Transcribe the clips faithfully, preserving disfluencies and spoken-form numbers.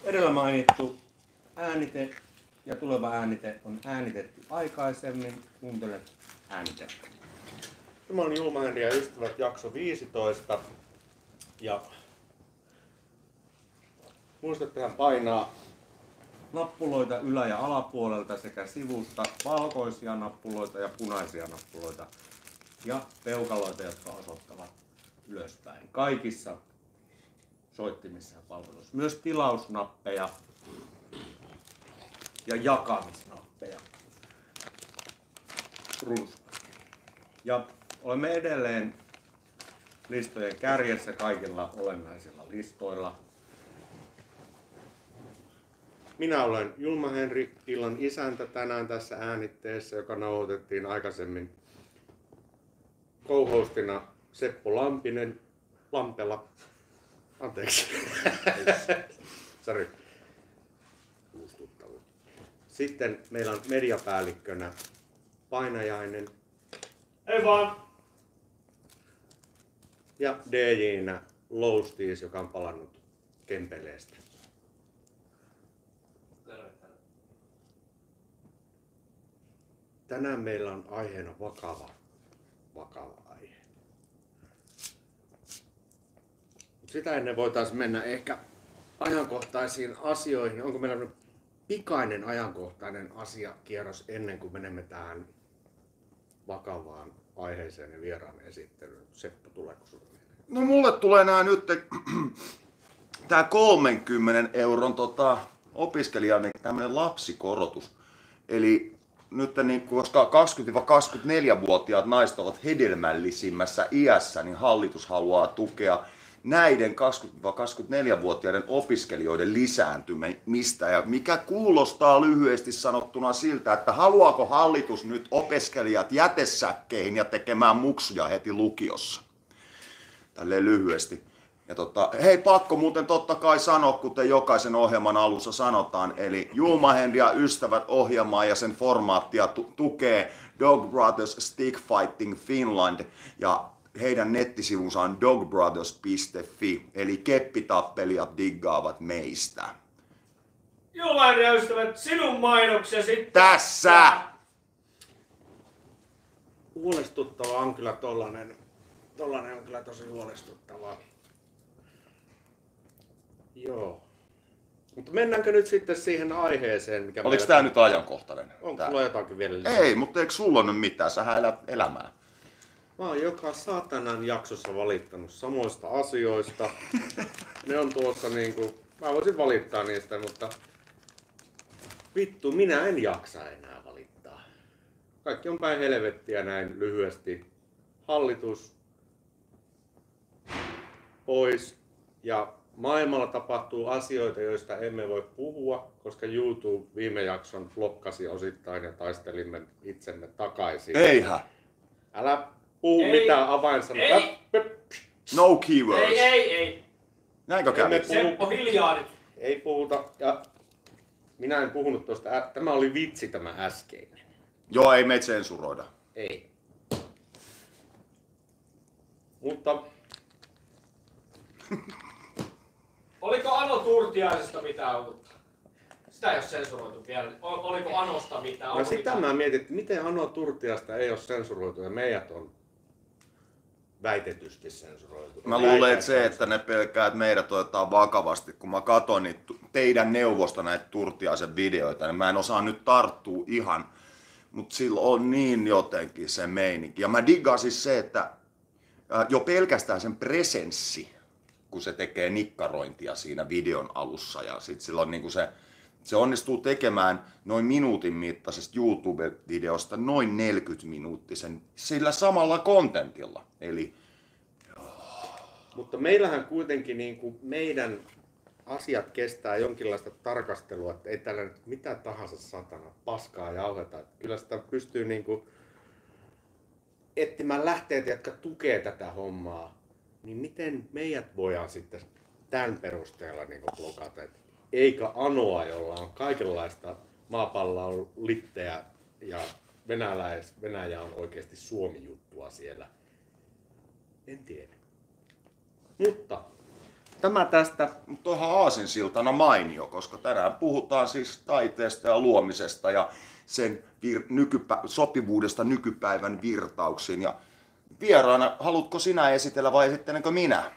Edellä mainittu äänite ja tuleva äänite on äänitetty aikaisemmin. Kuuntele äänitettä. Tämä on Julma Henri ja ystävät jakso viisitoista. Ja muista, että hän painaa nappuloita ylä- ja alapuolelta sekä sivusta, valkoisia nappuloita ja punaisia nappuloita ja peukaloita, jotka osoittavat ylöspäin. Kaikissa soittimissa ja palveluissa. Myös tilausnappeja ja jakamisnappeja. Runsaasti. Ja olemme edelleen listojen kärjessä kaikilla olennaisilla listoilla. Minä olen Julma Henri, illan isäntä tänään tässä äänitteessä, joka nauhoitettiin aikaisemmin. Co-hostina Seppo Lampinen, Lampela. Anteeksi. Sori. Sitten meillä on mediapäällikkönä Painajainen. Ei vaan. Ja D J:nä Lousties, joka on palannut Kempeleestä. Tänään meillä on aiheena vakava, vakava aihe. Sitä ennen voitaisiin mennä ehkä ajankohtaisiin asioihin. Onko meillä nyt pikainen ajankohtainen asiakierros ennen kuin menemme tähän vakavaan aiheeseen ja vieraan esittelyyn? Seppo, tuleeko sinulle? No mulle tulee nää nyt tää kolmenkymmenen euron tota, opiskelijan tämmönen lapsikorotus. Eli nyt niin, koska kaksikymmentä-kaksikymmentäneljä-vuotiaat naiset ovat hedelmällisimmässä iässä, niin hallitus haluaa tukea näiden kaksikymmentä-kaksikymmentäneljä-vuotiaiden opiskelijoiden lisääntymistä. Ja mikä kuulostaa lyhyesti sanottuna siltä, että haluaako hallitus nyt opiskelijat jätesäkkeihin ja tekemään muksuja heti lukiossa. Tälleen lyhyesti. Ja tota, hei, pakko muuten totta kai sanoa, kuten jokaisen ohjelman alussa sanotaan, eli Julma Henri ja ystävät ohjelmaa ja sen formaattia tu- tukee Dog Brothers Stick Fighting Finland ja heidän nettisivunsa on dogbrothers piste fi, eli keppitappelijat diggaavat meistä. Julma Henri ja ystävät, sinun mainoksesi Tässä! Huolestuttava on kyllä tollanen. Tollanen on kyllä tosi huolestuttavaa. Joo. Mutta mennäänkö nyt sitten siihen aiheeseen, mikä Oliko tää nyt ajankohtainen? Onko Tää? sulla jotakin vielä lisää? Ei, mutta eikö sulla nyt mitään? Sähän elät elämää. Mä oon joka saatanan jaksossa valittanut samoista asioista. Ne on tuossa niinku... Mä voisin valittaa niistä, mutta... Vittu, minä en jaksa enää valittaa. Kaikki on päin helvettiä näin lyhyesti. Hallitus pois ja maailmalla tapahtuu asioita, joista emme voi puhua, koska YouTube viime jakson blokkasi osittain ja taistelimme itsemme takaisin. Eihän. Älä puhu Ei. mitään avainsanoja. Ei. No keywords. Ei, ei, ei. Näinkö kävi? Emme puhu. Seppo, hiljaa nyt. Ei puhuta. Ja minä en puhunut tuosta. ä- Tämä oli vitsi tämä äskeinen. Joo, ei meitä sensuroida. Ei. Mutta Oliko Ano Turtiaisesta mitään uutta? Sitä ei ole sensuroitu vielä. O- Oliko Anosta mitään? no Onko sitä mitään? mä mietin, että miten Ano Turtiasta ei ole sensuroitu ja meidät on väitetysti sensuroitu. Mä luulen, että se, että ne pelkää, että meidät otetaan vakavasti, kun mä katson niitä teidän neuvosta näitä Turtiaisen videoita, niin mä en osaa nyt tarttua ihan, mutta sillä on niin jotenkin se meininki. Ja mä diggaan siis se, että jo pelkästään sen presenssi, kun se tekee nikkarointia siinä videon alussa ja sit sillä on niinku se, se onnistuu tekemään noin minuutin mittaisesta YouTube-videosta noin neljäkymmentä minuuttisen sillä samalla kontentilla. Eli Mutta meillähän kuitenkin niin kuin meidän asiat kestää jonkinlaista tarkastelua, että ei tällä nyt mitä tahansa satana paskaa jauheta. Että kyllä sitä pystyy niin kuin etsimään lähteitä, jotka tukee tätä hommaa. Niin miten meidät voidaan sitten tämän perusteella niin kuin blokata? Et eikä Anoa, jolla on kaikenlaista maapallon littejä ja venäläis, Venäjä on oikeasti Suomi-juttua siellä. En tiedä. Mutta Tämä tästä. Tuohan aasinsiltana mainio, koska tänään puhutaan siis taiteesta ja luomisesta ja sen vir- nykypä- sopivuudesta nykypäivän virtauksiin. Ja vieraana, haluatko sinä esitellä vai esittelenkö minä?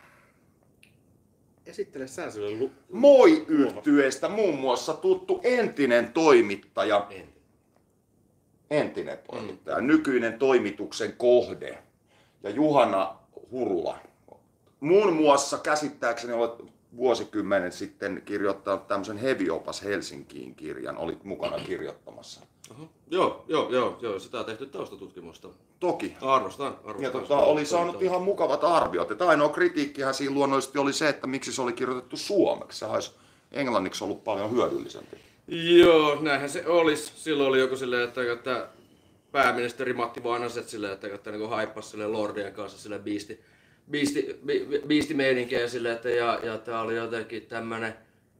Esittele sä sille lu- Moi -yhtyeestä muun muassa tuttu entinen toimittaja. Entinen toimittaja, mm. nykyinen toimituksen kohde. Ja Juhana Hurula. Muun muassa käsittääkseni olet vuosikymmenen sitten kirjoittanut tämmöisen Heviopas Helsinkiin -kirjan. Olit mukana kirjoittamassa. Aha. Joo, joo, joo, joo, sitä on tehty taustatutkimusta. Toki. Arvostan, arvostan. Ja tota, oli saanut ihan mukavat arviot. Että ainoa kritiikkihän siinä luonnollisesti oli se, että miksi se oli kirjoitettu suomeksi. Sehän olisi englanniksi ollut paljon hyödyllisempi. Joo, näinhän se olisi. Silloin oli joku silleen, että, että pääministeri Matti Vanhaset silleen, että, että niin haippasi silleen Lordien kanssa silleen biisti, biisti, bi, biisti meininkiä silleen, että ja, ja tää oli jotenkin tämmönen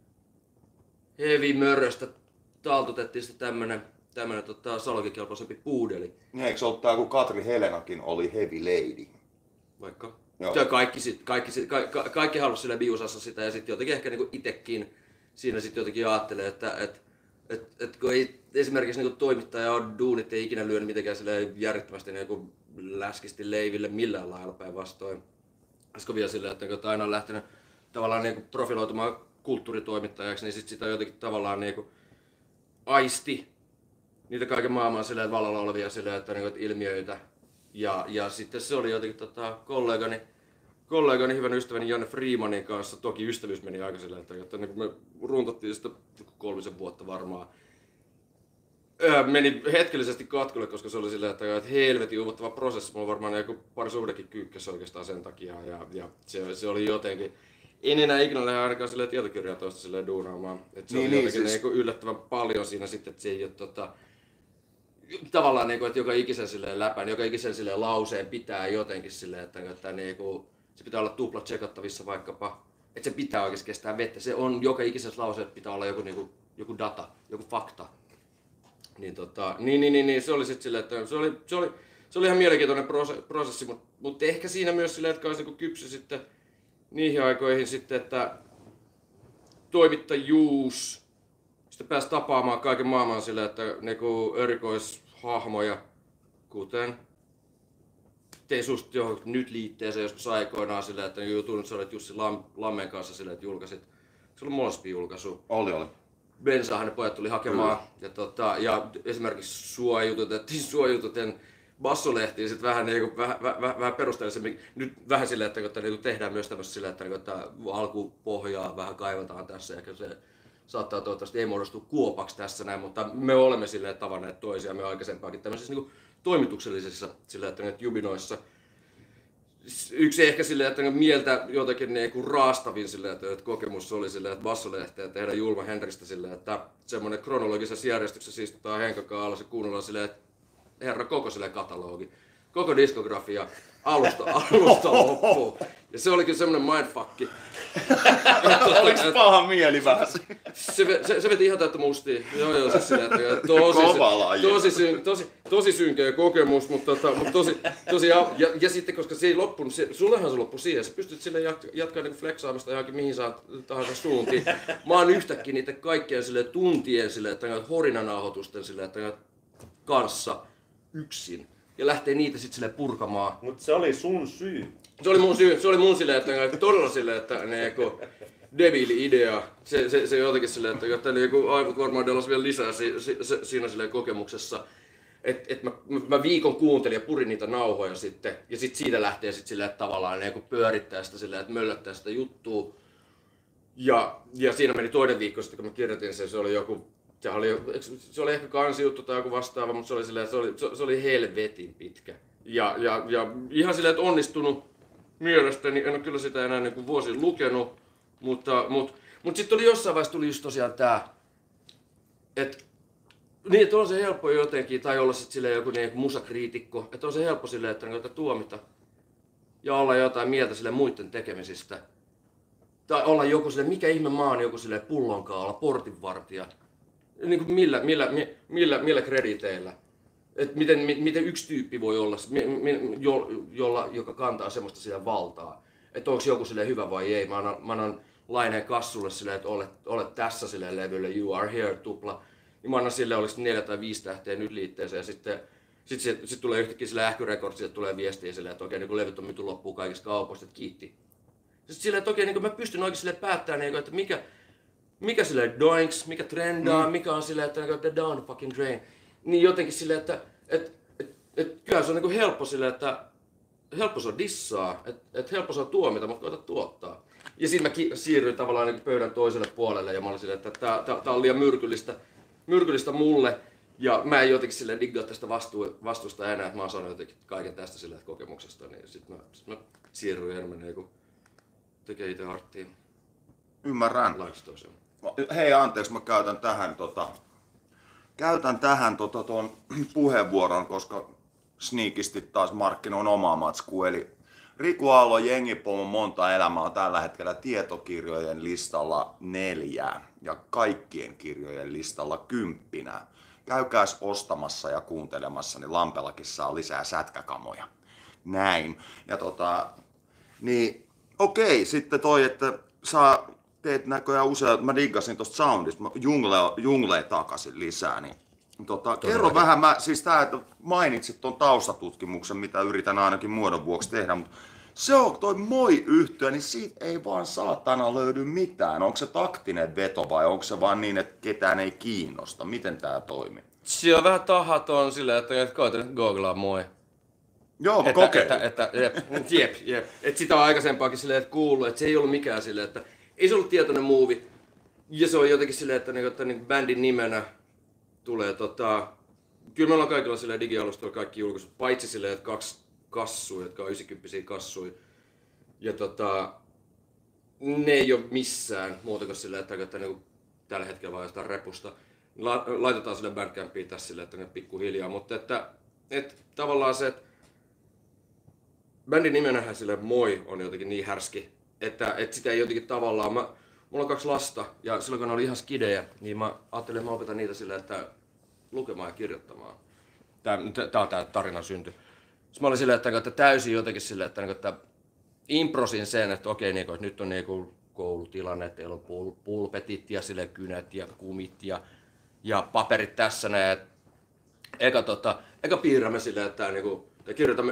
heavy möröstä taltutettiin sitten tämmönen tämmönen tota, salonkikelpoisempi puudeli. Niin, eikö se ollut tää, kun Katri Helenakin oli heavy lady? Vaikka. Joo. Ja kaikki, sit, kaikki, sit, ka, ka, kaikki halusi sillä biusassa sitä ja sitten jotenkin ehkä niinku itekin siinä sitten jotenkin ajattelee, että et, et, et, kun ei esimerkiksi niinku toimittaja on duunit ei ikinä lyönyt mitenkään järjettömästi niinku läskisti leiville millään lailla päinvastoin. Koska vielä silleen, että kun aina on lähtenyt tavallaan niinku profiloitumaan kulttuuritoimittajaksi, niin sit sitä jotenkin tavallaan niinku aisti niitä kaiken maailman silleen vallalla olevia silleen, että, niinku, että ilmiöitä. Ja, ja sitten se oli jotenkin tota, kollegani, kollegani, hyvän ystäväni Janne Freemanin kanssa, toki ystävyys meni aika silleen, että, että niin me runtottiin sitä kolmisen vuotta varmaan. Öö, meni hetkellisesti katkolle, koska se oli silleen, että, että helvetin uuvuttava prosessi, mulla on varmaan joku pari suhdekin kyykkässä oikeastaan sen takia. Ja, ja se, se oli jotenkin, en enää ikinä lähde ainakaan silleen tietokirjaa toista silleen duunaamaan. Et se niin, oli niin, jotenkin siis... niin, yllättävän paljon siinä sitten, että se ei ole tota, tavallaan niin kuin, että joka ikisen silleen läpän, joka ikisen silleen lauseen pitää jotenkin silleen, että, että niin kuin, se pitää olla tupla tsekattavissa vaikkapa, että se pitää oikeasti kestää vettä. Se on joka ikisessä lauseessa pitää olla joku, niin kuin, joku data, joku fakta. Niin, tota, niin, niin, niin, niin se oli sitten silleen, että se oli, se oli, se oli ihan mielenkiintoinen prosessi, mutta, mutta ehkä siinä myös silleen, että olisi niin kypsy sitten niihin aikoihin sitten, että toimittajuus, sitten pääsi tapaamaan kaiken maailman silleen, että niinku erikoishahmoja, kuten tein susta johon nyt liitteeseen joskus aikoinaan silleen, että jutun, sä olet Jussi Lam, Lammen kanssa silleen, että julkaisit. Se oli Mosby-julkaisu. Oli, oli. Bensahan ne pojat tuli hakemaan. Ja, tota, ja esimerkiksi suojututettiin suojututen bassolehtiin sit vähän, niinku, vähän, vähän, vähän perusteellisemmin. Nyt vähän silleen, että, että niinku tehdään myös tämmöistä silleen, että, että alkupohjaa vähän kaivataan tässä. Ja se saattaa toivottavasti ei muodostu kuopaksi tässä näin, mutta me olemme silleen tavanneet toisiamme aikaisempaakin tämmöisissä niinku toimituksellisissa silleen, että jubinoissa. Yksi ehkä silleen, että mieltä jotenkin niinku raastavin silleen, että kokemus oli silleen, että bassolehteä tehdä Julma Henristä silleen, että semmoinen kronologisessa järjestyksessä istutaan Henkka alas ja kuunnellaan silleen, että herra koko silleen katalogi, koko diskografia alusta, alusta loppuun. Ja se olikin semmoinen mindfucki. Oliko paha mieli vähän? Se, se, se veti ihan täyttä mustia. Joo, joo, siis silleen, että tosi, tosi, tosi, tosi, tosi synkeä kokemus, mutta, tota, mutta tosi, tosi ja, ja, ja sitten koska se ei loppunut, se, sullehan se loppui siihen, sä pystyt sille jat, jatkaa niin flexaamista johonkin mihin saa tahansa suuntiin. Mä oon yhtäkkiä niitä kaikkien sille tuntien sille, että horinanauhoitusten sille, että kanssa yksin. Ja lähtee niitä sitten sille purkamaan. Mutta se oli sun syy. Se oli mun syy, se oli mun silleen, että todella silleen, että niinku debiili idea. Se, se, se jotenkin silleen, että jotta niinku aivot varmaan delas vielä lisää si, si, si, siinä silleen kokemuksessa. Että et mä, mä viikon kuuntelin ja purin niitä nauhoja sitten. Ja sit siitä lähtee sit silleen, että tavallaan niinku pyörittää sitä silleen, että möllöttää sitä juttua. Ja, ja siinä meni toinen viikko sitten, kun mä kirjoitin sen, se oli joku, se oli, se oli ehkä kansijuttu tai joku vastaava, mutta se oli silleen, se oli, se oli helvetin pitkä. Ja, ja, ja ihan silleen, että onnistunut. Mielestäni en ole kyllä sitä enää niin kuin vuosiin lukenut, mutta, mutta, mutta sitten oli jossain vaiheessa tuli just tosiaan tää, että niin, että on se helppo jotenkin, tai olla sitten silleen joku niin musakriitikko, että on se helppo silleen, että, että tuomita ja olla jotain mieltä sille muiden tekemisistä. Tai olla joku silleen, mikä ihme maa on joku silleen pullonkaala, portinvartija, niin kuin millä, millä, millä, millä krediteillä. Että miten, miten yksi tyyppi voi olla, jo, jolla, joka kantaa semmoista sitä valtaa. että onko joku silleen hyvä vai ei. Mä annan, mä annan laineen kassulle silleen, että olet, olet tässä silleen levylle, you are here, tupla. Niin mä annan sille, oliko neljä tai viisi tähteä nyt liitteeseen ja sitten sit, sit, sit tulee yhtäkkiä sille Ähky Records, että tulee viestiä silleen, että okei, niin levyt on myyty loppuu kaikista kaupoista, että kiitti. Sitten silleen, että okei, niin mä pystyn oikein silleen päättämään, niin, että mikä, mikä silleen doinks, mikä trendaa, mm. mikä on silleen, että, että down the fucking drain. Niin jotenkin silleen, että et, et, et, kyllä se on niin helppo silleen, että helppo se on dissaa, että et helppo se on tuomita, mutta koeta tuottaa. Ja sitten mä ki- siirryin tavallaan niin pöydän toiselle puolelle ja mä olin silleen, että tää, tää, tää on liian myrkyllistä, myrkyllistä mulle. Ja mä en jotenkin silleen diggaa tästä vastu- vastusta enää, että mä oon saanut jotenkin kaiken tästä silleen kokemuksesta. Niin sit mä, sit mä siirryin enemmän niin tekee itse arttiin. Ymmärrän. Hei, anteeksi, mä käytän tähän, tota, käytän tähän tota, tuon puheenvuoron, koska sneakisti taas markkinoin omaa matskua. Eli Riku Aallon Jengipomon monta elämää on tällä hetkellä tietokirjojen listalla neljää ja kaikkien kirjojen listalla kymppinä. Käykääs ostamassa ja kuuntelemassa, niin Lampellakin saa lisää sätkäkamoja. Näin. Ja tota, niin okei, sitten toi, että saa, teet näköjään usein, mä diggasin tosta soundista, mä jungle, junglee takaisin lisää, niin tota, kerro vähän, mä, siis tää, että mainitsit ton taustatutkimuksen, mitä yritän ainakin muodon vuoksi tehdä, mutta se on toi moi-yhtyö, niin siitä ei vaan saatana löydy mitään. Onko se taktinen veto vai onko se vaan niin, että ketään ei kiinnosta? Miten tää toimii? Se on vähän tahaton silleen, että koitan googlaa moi. Joo, mä että, kokeilin. Että, että, jep, jep, jep. Et sitä on aikaisempaakin silleen, että kuullut, että se ei ollut mikään silleen, että ei se ollut tietoinen movie. Ja se on jotenkin silleen, että, että, että niin bändin nimenä tulee tota... Kyllä meillä on kaikilla silleen digialustoilla kaikki julkaisut, paitsi silleen, että kaksi kassuja, jotka on yhdeksänkymppisiä kassuja. Ja tota... Ne ei ole missään muuta kuin silleen, että, että niin tällä hetkellä vaan jostain repusta. La, laitetaan sille Bandcampiin tässä silleen, että ne pikkuhiljaa, mutta että... Että tavallaan se, että bändin nimenähän sille moi on jotenkin niin härski, että, että sitä ei jotenkin tavallaan... Mä, mulla on kaksi lasta ja silloin kun ne oli ihan skidejä, niin mä ajattelin, että mä opetan niitä silleen, että lukemaan ja kirjoittamaan. Tää, tää on tää tarinan synty. Sitten mä olin silleen, että, että täysin jotenkin silleen, että, että improsin sen, että okei, niin, että nyt on niin koulutilanne, että teillä on pul, pulpetit ja sille kynät ja kumit ja, ja paperit tässä näin. Eka, tota, eka piirrämme silleen, että niin kuin, kirjoitamme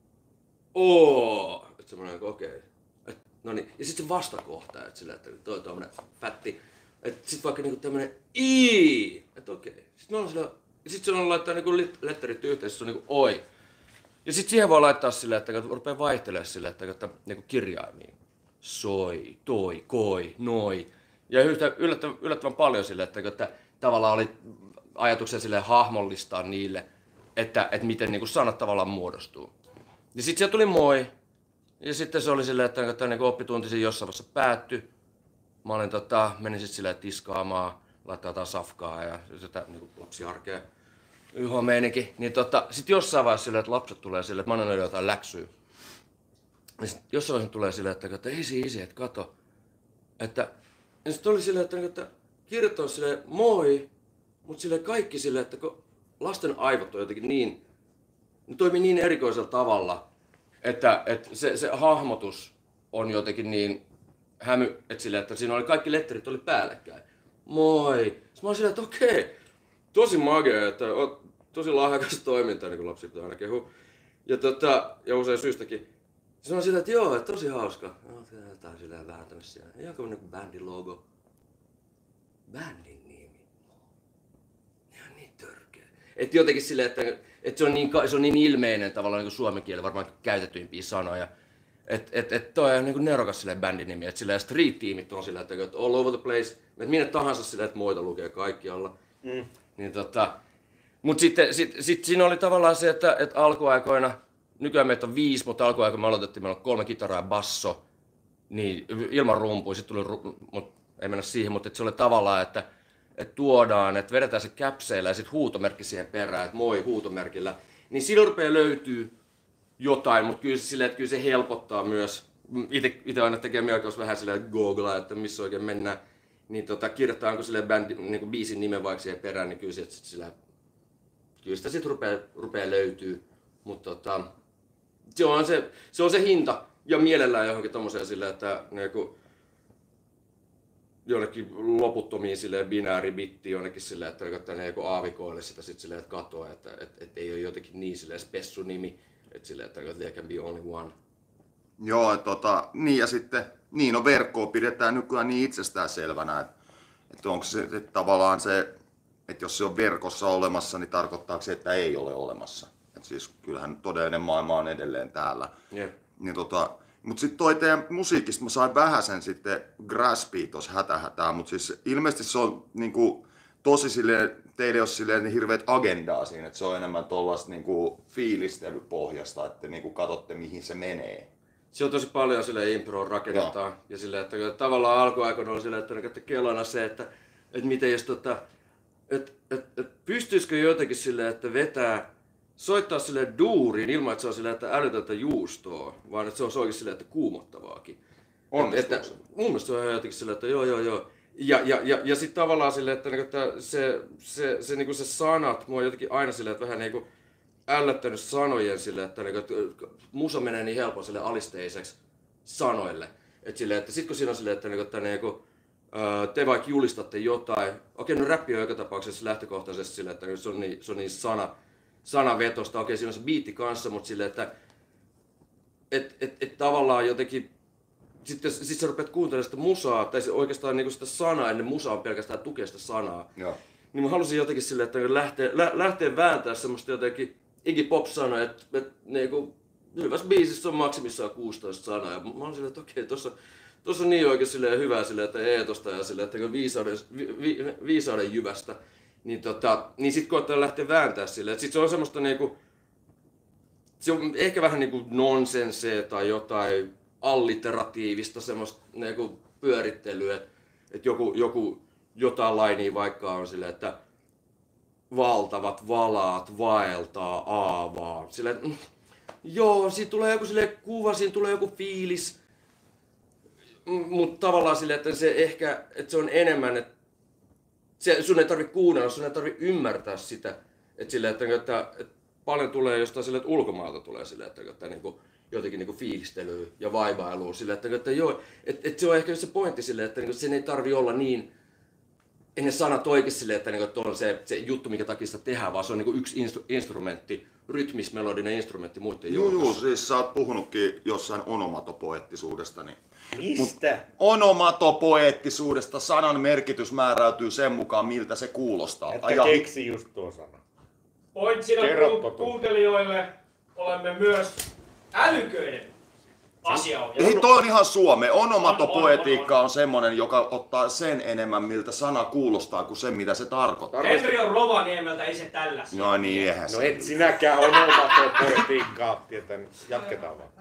ooo, että semmoinen okei. Okay. No niin, ja sitten se vastakohta, että sillä, että toi tommonen fätti, että sit vaikka niinku tämmönen ii, että okei. Okay. Sitten me ollaan sillä, ja sit se on laittaa niinku letterit yhteen, se on niinku oi. Ja sit siihen voi laittaa sillä, että rupeaa vaihtelemaan sillä, että, että niinku kirjaimiin. Soi, toi, koi, noi. Ja yllättävän, yllättävän paljon sillä, että, että tavallaan oli ajatuksia silleen hahmollistaa niille, että, että miten niinku sanat tavallaan muodostuu. Ja sit sieltä tuli moi. Ja sitten se oli silleen, että, että niin oppitunti jossain vaiheessa päättyi. Mä olin, tota, menin sitten silleen tiskaamaan, laittaa jotain safkaa ja sitä niin lapsiarkea yhä meininki. Niin tota, sitten jossain vaiheessa silleen, että lapset tulee silleen, että mä annan jotain läksyä. Ja sit jossain vaiheessa tulee silleen, että, että isi, isi, että kato. Että, ja sitten oli silleen, että, että kirjoittaa silleen moi, mutta silleen kaikki silleen, että kun lasten aivot on jotenkin niin, ne toimii niin erikoisella tavalla, että, että se, se hahmotus on jotenkin niin hämy, että, sille, että siinä oli kaikki letterit oli päällekkäin. Moi! Sitten mä olin silleen, että okei, tosi magea, että on tosi lahjakas toiminta, niin kuin lapsi aina kehu. Ja, tota, ja usein syystäkin. Sitten mä olin silleen, että joo, että tosi hauska. No, tää on silleen vähän tämmöisiä, ihan kuin niin bändin logo. Bändin nimi. Ihan niin törkeä. Että jotenkin silleen, että että se on niin, se on niin ilmeinen tavallaan niin suomen kielen varmaan käytetyimpiä sanoja. Että et, et toi on niin nerokas silleen bändin nimi. Että silleen street-tiimit on silleen, että all over the place. Että minne tahansa silleen, että moita lukee kaikkialla. Mm. Niin tota... Mut sitten sit, sit siinä oli tavallaan se, että, että alkuaikoina, nykyään meitä on viisi, mutta alkuaikoina me aloitettiin, meillä on kolme kitaraa ja basso. Niin ilman rumpuja, sitten tuli, ru, mut ei mennä siihen, mutta se oli tavallaan, että että tuodaan, että vedetään se käpseillä ja sitten huutomerkki siihen perään, että moi huutomerkillä, niin silloin rupeaa löytyy jotain, mutta kyllä, sille, että kyllä se helpottaa myös. Itse aina tekee melkein vähän silleen googlaa, että missä oikein mennään, niin tota, kirjoittaanko sille bändi, niin kuin biisin nimen vaikka siihen perään, niin kyllä, sit, sillä, kyllä sitä sitten rupeaa, rupeaa löytyy. Mutta tota, se, on se, se on se hinta. ja mielellään johonkin tommoseen silleen, että niinku, jonnekin loputtomiin silleen binääribittiin jonnekin silleen, että, että ne joku aavikoille sitä sit silleen, että katoa, että et, et ei ole jotenkin niin silleen spessu nimi, että silleen, että there can be only one. Joo, tota, niin ja sitten, niin no verkkoa pidetään nykyään niin itsestään selvänä, että, että onko se että tavallaan se, että jos se on verkossa olemassa, niin tarkoittaako se, että ei ole olemassa. Et siis kyllähän todellinen maailma on edelleen täällä. Yeah. Niin tota, mutta sitten toi teidän musiikista mä sain vähän sen sitten graspia tuossa hätähätää, mutta siis ilmeisesti se on niinku, tosi silleen, teillä ei ole silleen niin hirveät agendaa siinä, että se on enemmän tuollaista niinku, fiilistelypohjasta, että niinku, katsotte mihin se menee. Se on tosi paljon sille improon rakennetaan. Ja sille, että tavallaan alkuaikoina oli silleen, että, että kelana se, että, että miten jos tota, että, että, että pystyisikö jotenkin silleen, että vetää, soittaa silleen duuriin ilman, että se on silleen, että älytöntä juustoa, vaan että se on oikein silleen, että kuumottavaakin. Että, että, mun mielestä se on jotenkin silleen, että joo joo joo. Ja, ja, ja, ja sitten tavallaan silleen, että, että se, se, se, niin se sanat, mua on jotenkin aina silleen, että vähän niin kuin ällöttänyt sanojen silleen, että, että musa menee niin helpon sille alisteiseksi sanoille. Että silleen, että sit kun siinä on silleen, että, että niin kuin, te vaikka julistatte jotain, okei, no räppi on joka tapauksessa lähtökohtaisesti silleen, että se on niin, se on niin sana, sanavetosta, okei, siinä on se biitti kanssa, mutta silleen, että et, et, et tavallaan jotenkin, sitten sit sä rupeat kuuntelemaan sitä musaa, tai se oikeastaan niin sitä sanaa, ennen musaa on pelkästään tukea sitä sanaa. Joo. Niin mä halusin jotenkin silleen, että lähteä, lä, lähteä vääntää semmoista jotenkin Iggy Pop-sanoja, että, että niinku, hyvässä biisissä on maksimissaan kuusitoista sanaa. Ja mä olin silleen, että okei, tossa, tossa on niin oikein silleen hyvää silleen, että eetosta ja silleen, että viisauden, vi, vi, viisauden jyvästä. Niin, tota, niin sit koettaa lähteä vääntää silleen, että sit se on semmoista niinku, se on ehkä vähän niinku nonsensea tai jotain alliteratiivista semmoista niinku pyörittelyä, että joku, joku jotain lainia vaikka on silleen, että valtavat valaat vaeltaa aavaan. Silleen, että joo, siinä tulee joku silleen kuva, siinä tulee joku fiilis. Mutta tavallaan silleen, että se ehkä, että se on enemmän, että se, sun ei tarvitse kuunnella, sun ei tarvitse ymmärtää sitä. Että silleen, että, että, että paljon tulee jostain silleen, että ulkomaalta tulee silleen, että, että niin kuin, jotenkin niin fiilistelyä ja vaivailua. Silleen, että, että, joo, että, että se on ehkä se pointti silleen, että, että sen ei tarvitse olla niin ei ne sanat oikein silleen, että, että on se, se juttu, mikä takia sitä tehdään, vaan se on niin yksi instru- instrumentti, rytmismelodinen instrumentti muiden Joo, joo, joukossa. siis sä oot puhunutkin jossain onomatopoeettisuudesta. Niin. Mistä? Onomatopoeettisuudesta sanan merkitys määräytyy sen mukaan, miltä se kuulostaa. Että Aja- keksi just tuo sana. Pointsina Kerropa ku- tuo. kuuntelijoille olemme myös älyköiden asia on. Ei, toi on ihan Suome. Onomatopoetiikka On, on, on, on semmonen, joka ottaa sen enemmän, miltä sana kuulostaa, kuin sen, mitä se tarkoittaa. Henri on Rovaniemeltä, ei se tällaisia. No niin, eihän No se. et sinäkään onomatopoetiikkaa tietänyt. Jatketaan vaan.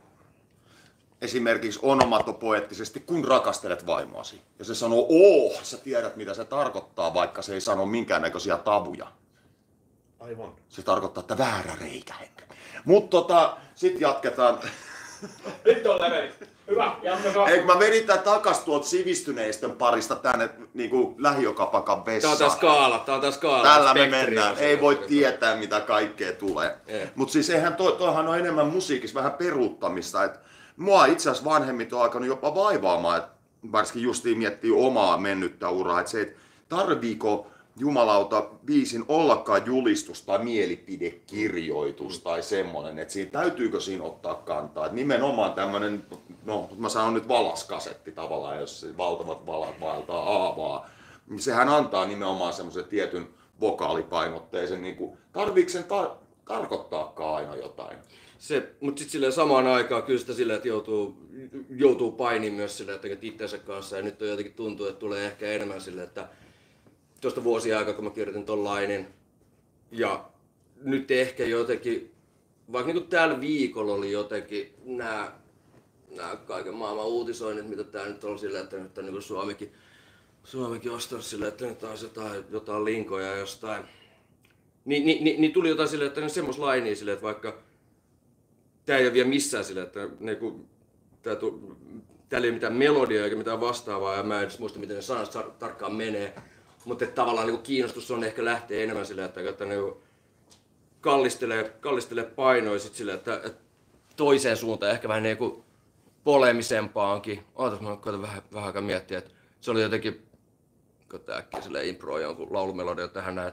Esimerkiksi onomatopoeettisesti, kun rakastelet vaimoasi. Ja se sanoo, oo, sä tiedät mitä se tarkoittaa, vaikka se ei sano minkäännäköisiä tabuja. Aivan. Se tarkoittaa, että väärä reikä, Henri. Mutta tota, sit jatketaan. Nyt on leveli. Hyvä, jatkakaa. Eikö mä vedin tää takas tuolta sivistyneistön parista tänne niinku lähiokapakan Tää on vessaan. tää skaala, tää on tää skaala. Tällä me spektri mennään. on Ei se, voi että- tietää mitä kaikkea tulee. Ei. Mutta siis eihän toi, toihan on enemmän musiikissa vähän peruuttamista. Et mua itse asiassa vanhemmit on alkanut jopa vaivaamaan, että varsinkin justiin miettii omaa mennyttä uraa, että se, et tarviiko jumalauta biisin ollakaan julistus tai mielipidekirjoitus tai semmonen, että siitä täytyykö siinä ottaa kantaa. Et nimenomaan tämmönen, no mä sanon nyt valaskasetti tavallaan, jos se valtavat valat vaeltaa aavaa, niin sehän antaa nimenomaan semmoisen tietyn vokaalipainotteisen, niin kuin, tarviiko sen ta- tarkoittaakaan aina jotain? Se, mutta sitten silleen samaan aikaan kyllä sitä silleen, että joutuu, joutuu painiin myös silleen, että itsensä kanssa. Ja nyt on jotenkin tuntuu, että tulee ehkä enemmän silleen, että tuosta vuosia aikaa, kun mä kirjoitin ton lainin. Ja nyt ehkä jotenkin, vaikka niin kuin tällä viikolla oli jotenkin nämä, nämä kaiken maailman uutisoinnit, mitä tää nyt on silleen, että nyt on niin kuin Suomikin, Suomikin ostanut silleen, että nyt on jotain, jotain linkoja jostain. Ni, ni, ni, niin tuli jotain silleen, että ne semmos lainia silleen, että vaikka tää ei ole vielä missään silleen, että niinku, tää tu, täällä ei ole mitään melodiaa eikä mitään vastaavaa ja mä en edes muista miten ne sanat tar- tarkkaan menee. Mutta tavallaan niinku kiinnostus on ehkä lähtee enemmän silleen, että, että niinku kallistelee, kallistelee painoja sit silleen, että, että toiseen suuntaan ehkä vähän niinku polemisempaankin. Ootas, mä koitan vähän, vähän aikaa miettiä, että se oli jotenkin, koitan äkkiä silleen improa jonkun laulumelodian tähän näin.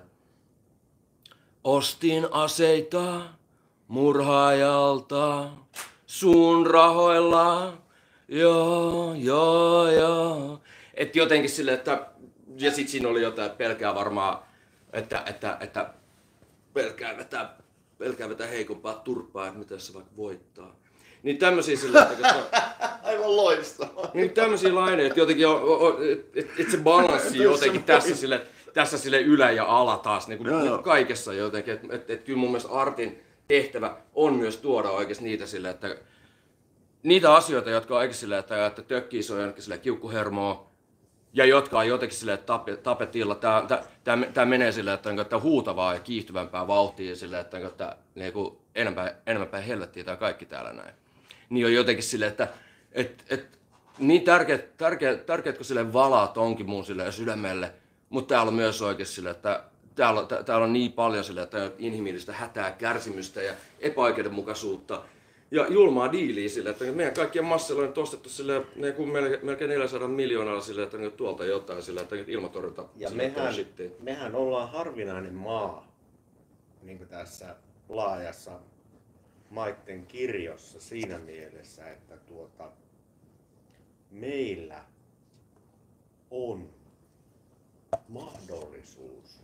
Ostin aseita murhaajalta sun rahoilla, joo, joo, joo. Et jotenkin silleen, että, ja sit siinä oli jotain pelkää varmaan, että, että, että pelkää vetää, pelkää vetää heikompaa turpaa, että mitä se vaikka voittaa. Niin tämmösiä silleen, että... Aivan loistavaa. Niin tämmösiä laineja, että jotenkin on, että et se balanssi jotenkin tässä sille, tässä sille ylä ja ala taas niin kuin Joo, kaikessa jotenkin. Että et, et kyllä mun mielestä artin tehtävä on myös tuoda oikeasti niitä sille, että niitä asioita, jotka on oikeasti silleen, että, että tökkii se on jonnekin silleen kiukkuhermoa ja jotka on jotenkin silleen tapetilla. Tää, tää, tää, tää menee silleen, että, että huutavaa ja kiihtyvämpää vauhtia silleen, että, että niin kuin enemmän, enemmän päin helvettiä tää kaikki täällä näin. Niin on jotenkin silleen, että et, et, niin tärkeät, tärkeät, tärkeät kun silleen valaat onkin mun silleen sydämelle, mutta täällä on myös oikeasti silleen, että täällä, täällä on niin paljon silleen, että inhimillistä hätää, kärsimystä ja epäoikeudenmukaisuutta ja julmaa diiliä silleen, että meidän kaikkien massilla on ostettu silleen niin kuin melkein neljäsataa miljoonalla silleen, että tuolta jotain silleen, että ilmatorjunta. Ja mehän, mehän ollaan harvinainen maa niin kuin tässä laajassa maitten kirjossa siinä mielessä, että tuota, meillä on mahdollisuus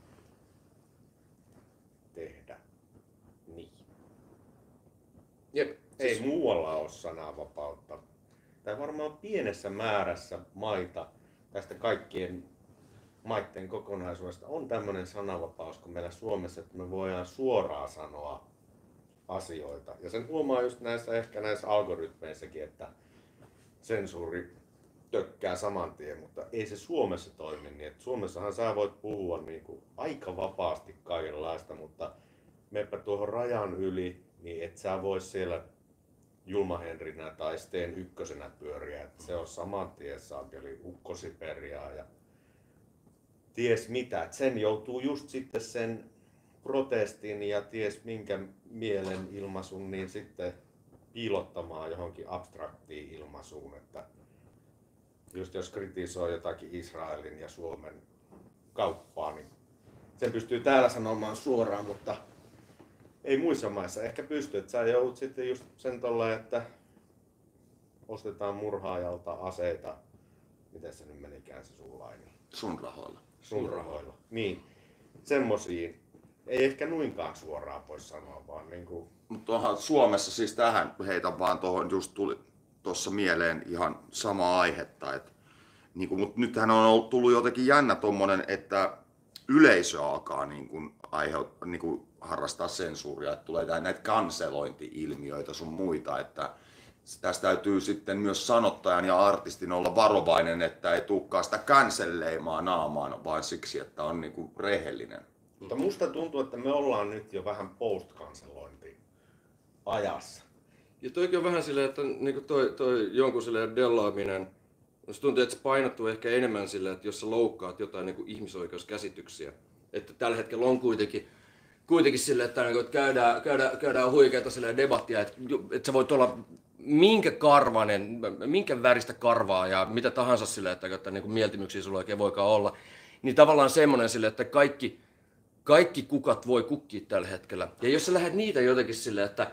tehdä niin. Jep. Ei siis muualla ole sananvapautta. Tai varmaan pienessä määrässä maita tästä kaikkien maiden kokonaisuudesta on tämmöinen sananvapaus kuin meillä Suomessa, että me voidaan suoraan sanoa asioita. Ja sen huomaa just näissä ehkä näissä algoritmeissakin, että sensuuri tökkää saman tien, mutta ei se Suomessa toimi niin. Että Suomessahan sä voit puhua niin kuin aika vapaasti kaikenlaista, mutta meppä tuohon rajan yli, niin et sä voi siellä Julma-Henrinä tai Steen ykkösenä pyöriä. Että se on saman tien saakeli ukkosiperiaa ja ties mitä. Et sen joutuu just sitten sen protestin ja ties minkä mielenilmaisun niin sitten piilottamaan johonkin abstraktiin ilmaisuun, että just jos kritisoi jotakin Israelin ja Suomen kauppaa, niin sen pystyy täällä sanomaan suoraan, mutta ei muissa maissa ehkä pysty, että sä joudut sitten just sen tolleen, että ostetaan murhaajalta aseita, miten se nyt menikään se sun laini? Sun rahoilla. Sun rahoilla. Niin, semmosiin. Ei ehkä nuinkaan suoraan voi sanoa, vaan niinku... Mutta onhan Suomessa siis tähän, heitän vaan tuohon, just tuli tuossa mieleen ihan samaa aihetta. Et, niinku, mutta nythän on tullut jotenkin jännä tommonen, että yleisö alkaa niinku, aiheut, niinku, harrastaa sensuuria, että tulee näitä kanselointi-ilmiöitä sun muita. Että tästä täytyy sitten myös sanottajan ja artistin olla varovainen, että ei tulekaan sitä cancelleimaa naamaan, vaan siksi, että on niinku rehellinen. Mutta musta tuntuu, että me ollaan nyt jo vähän post-kanselointi ajassa. Ja toikin on vähän silleen, että niin toi, toi jonkun silleen dellaaminen, se tuntuu, että se painottuu ehkä enemmän silleen, että jos sä loukkaat jotain niin ihmisoikeuskäsityksiä. Että tällä hetkellä on kuitenkin, kuitenkin silleen, että, niin että käydään, käydään, käydään huikeata silleen debattia, että, että sä voit olla minkä karvainen, minkä väristä karvaa ja mitä tahansa silleen, että, että niin mieltymyksiä sulla oikein voikaan olla. Niin tavallaan semmoinen silleen, että kaikki Kaikki kukat voi kukkia tällä hetkellä. Ja jos sä lähdet niitä jotenkin silleen, että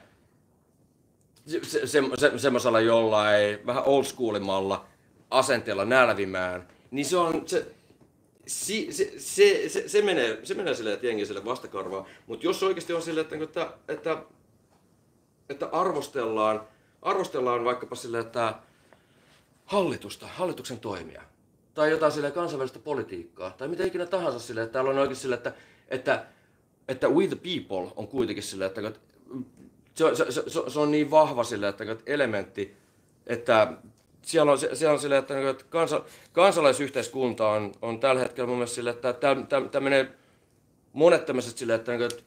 se, se, se, semmoisella jollain vähän old schoolimalla asenteella nälvimään, niin se on se, se, se, se, se, se menee, se menee silleen, että jengi sille vastakarvaa. Mutta jos oikeasti on silleen, että, että, että, että arvostellaan, arvostellaan vaikkapa silleen, että hallitusta, hallituksen toimia, tai jotain silleen kansainvälistä politiikkaa, tai mitä ikinä tahansa silleen, että täällä on oikeasti silleen, että Että, että we the people on kuitenkin sillä, että se, se, se, se on niin vahva sillä, että elementti, että siellä on, siellä on sillä, että kansa, kansalaisyhteiskunta on, on tällä hetkellä mun mielestä sillä, että tämä menee monet tämmöiset sillä, että, että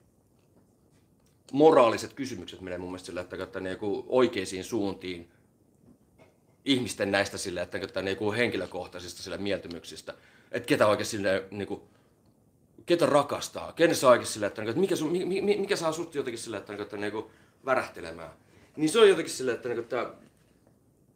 moraaliset kysymykset menee mun mielestä sillä, että, että niin oikeisiin suuntiin ihmisten näistä sillä, että, että niin henkilökohtaisista sillä mieltymyksistä, että ketä oikein sillä niin kuin, ketä rakastaa, kenen saa oikein sillä, että mikä, sun, mikä, mikä saa sut jotenkin sillä, että, että niinku värähtelemään. Niin se on jotenkin sillä, että, että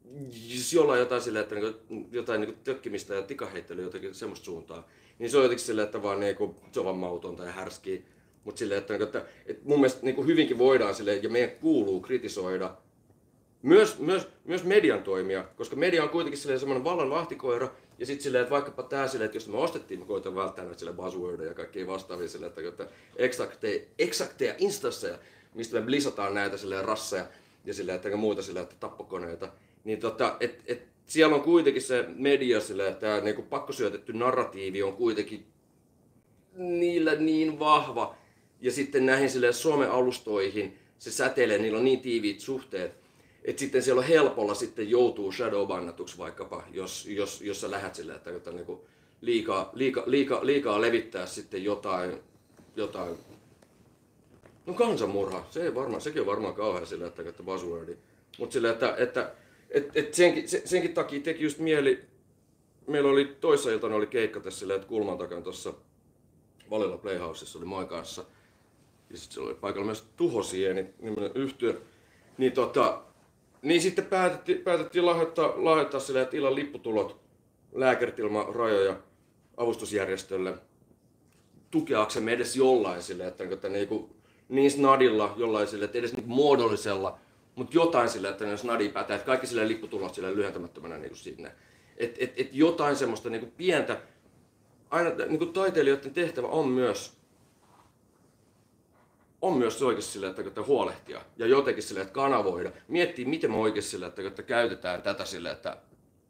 jos jollain jotain silleen, että niinku, jotain niinku tökkimistä ja tikaheittelyä jotenkin semmoista suuntaa, niin se on jotenkin silleen, että vaan niinku, se on vaan mautonta ja härskiä. Mutta silleen, että, että, että mun mielestä niinku hyvinkin voidaan silleen, ja meidän kuuluu kritisoida myös, myös, myös median toimia, koska media on kuitenkin silleen semmoinen vallan vahtikoira, ja sitten silleen, että vaikkapa tää silleen, että jos me ostettiin, me koitan välttää näitä silleen buzzwordia ja kaikkia vastaavia silleen, että, että eksakteja, eksakteja instansseja, mistä me blisataan näitä silleen rasseja ja silleen, että muuta silleen, että tappokoneita, niin tota, et, et, siellä on kuitenkin se media silleen, että tämä niinku pakkosyötetty narratiivi on kuitenkin niillä niin vahva, ja sitten näihin silleen some-alustoihin se säteilee, niillä on niin tiiviit suhteet, että sitten siellä on helpolla sitten joutuu shadowbannatuksi vaikkapa, jos, jos, jos sä lähdet silleen, että, että niin liikaa, liika, liika, liikaa levittää sitten jotain, jotain. No kansanmurha, se ei varmaan, sekin on varmaan kauhean silleen, että, että buzzwordi. Mutta silleen, että, että et, et senkin, senkin takia teki just mieli, meillä oli toissa iltana oli keikka tässä silleen, että kulman takana tuossa Valilla Playhousessa oli moi kanssa. Ja sitten siellä oli paikalla myös Tuhosieni niminen yhtyö. Niin, tota, niin sitten päätettiin, päätettiin lahjoittaa, lahjoittaa silleen, että illan lipputulot Lääkärit ilman rajoja avustusjärjestölle tukeaksemme edes jollain silleen, että, että niinku, niin snadilla jollain silleen, että edes niinku muodollisella, mutta jotain silleen, että ne snadi päätää, että kaikki silleen lipputulot silleen lyhentämättömänä niinku sinne. Että et, et jotain semmoista niinku pientä, aina niinku taiteilijoiden tehtävä on myös on myös oikeasti silleen, että, että huolehtia ja jotenkin silleen, että kanavoida. Miettii, miten me oikeasti silleen, että, että käytetään tätä silleen, että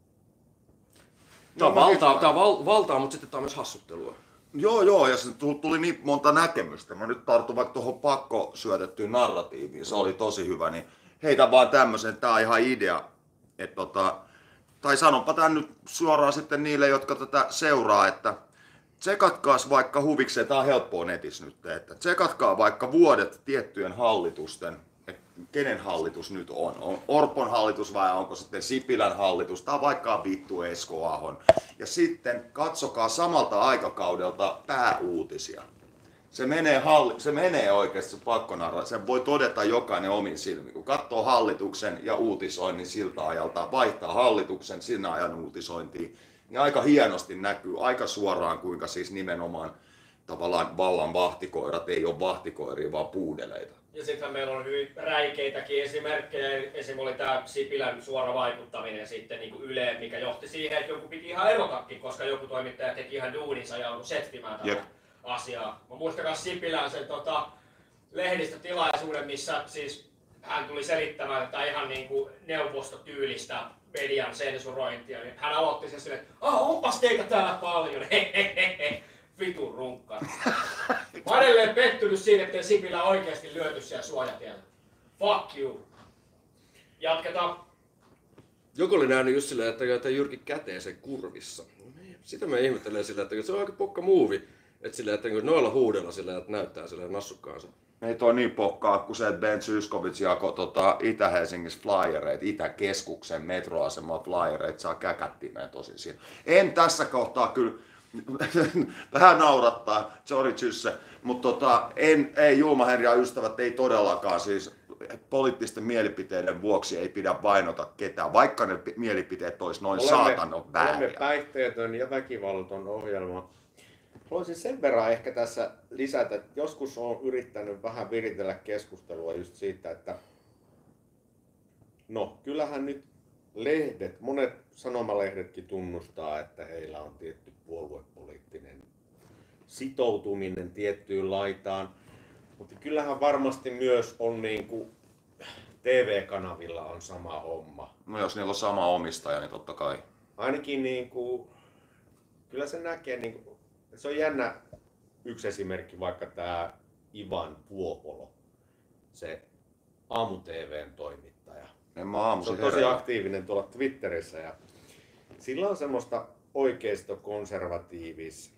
tämä on valtaa, tämä on val, valtaa, mutta sitten tämä on myös hassuttelua. Joo, joo, ja se tuli niin monta näkemystä. Mä nyt tartun vaikka tuohon pakko syötettyyn narratiiviin, se oli tosi hyvä, niin heitä vaan tämmöisen, tää on ihan idea, että tota, tai sanonpa tän nyt suoraan sitten niille, jotka tätä seuraa, että tsekatkaas vaikka huvikseen, tää on helppoa netissä nyt, että tsekatkaa vaikka vuodet tiettyjen hallitusten, että kenen hallitus nyt on, on Orpon hallitus vai onko sitten Sipilän hallitus, tai vaikka vittu Esko Ahon. Ja sitten katsokaa samalta aikakaudelta pääuutisia. Se menee, halli, se menee oikeasti se pakkonarra, sen voi todeta jokainen omin silmin. Kun katsoo hallituksen ja uutisoinnin siltä ajalta, vaihtaa hallituksen sinä ajan uutisointiin, niin aika hienosti näkyy, aika suoraan kuinka siis nimenomaan tavallaan vallan vahtikoirat ei ole vahtikoiria, vaan puudeleita. Ja sittenhän meillä on hyvin räikeitäkin esimerkkejä. Esimerkiksi oli tämä Sipilän suora vaikuttaminen sitten niin kuin Yleen, mikä johti siihen, että joku piti ihan erotakin, koska joku toimittaja teki ihan duuninsa ja alkoi settimään tätä Jep. asiaa. Mä muistan myös Sipilän sen tota, lehdistötilaisuuden, missä siis hän tuli selittämään tätä ihan niin kuin neuvostotyylistä median sensurointia. Niin hän aloitti sen silleen, että ah, onpas teitä täällä paljon, hehehehe. Vitun runkkaan. Mä oon edelleen pettynyt siinä, ettei Sipilä oikeesti lyöty siellä suojatiellä. Fuck you. Jatketaan. Joku oli nähnyt just silleen, että, että Jyrki Käteisen kurvissa. Sitä me ihmettelee silleen, että se on aika pokka muuvi. Että silleen, että noilla huudella silleen, että näyttää silleen nassukkaansa. Ei toi niin pokkaa kuin se, että Ben Zyskowicz jakoi tota Itä-Helsingissä flyereita, Itä-keskuksen metroasemaa flyereita, saa käkättimeen tosi siinä. En tässä kohtaa kyllä vähän naurattaa, sorry tsysse, mutta tota, en, ei Julma Henria ystävät ei todellakaan siis poliittisten mielipiteiden vuoksi ei pidä vainota ketään, vaikka ne mielipiteet olisi noin olemme, saatan vääriä. Olemme päihteetön ja väkivallaton ohjelma. Haluaisin sen verran ehkä tässä lisätä, että joskus olen yrittänyt vähän viritellä keskustelua just siitä, että no kyllähän nyt lehdet, monet sanomalehdetkin tunnustaa, että heillä on tietty puoluepoliittinen sitoutuminen tiettyyn laitaan, mutta kyllähän varmasti myös on niin kuin T V-kanavilla on sama homma. No jos niillä on sama omistaja, niin totta kai. Ainakin niin kuin, kyllä se näkee, niin kuin, se on jännä yksi esimerkki, vaikka tämä Ivan Puopolo, se Aamu-T V:n toimittaja. En mä aamuisin se on tosi herää. aktiivinen tuolla Twitterissä ja sillä on semmoista oikeisto-konservatiivis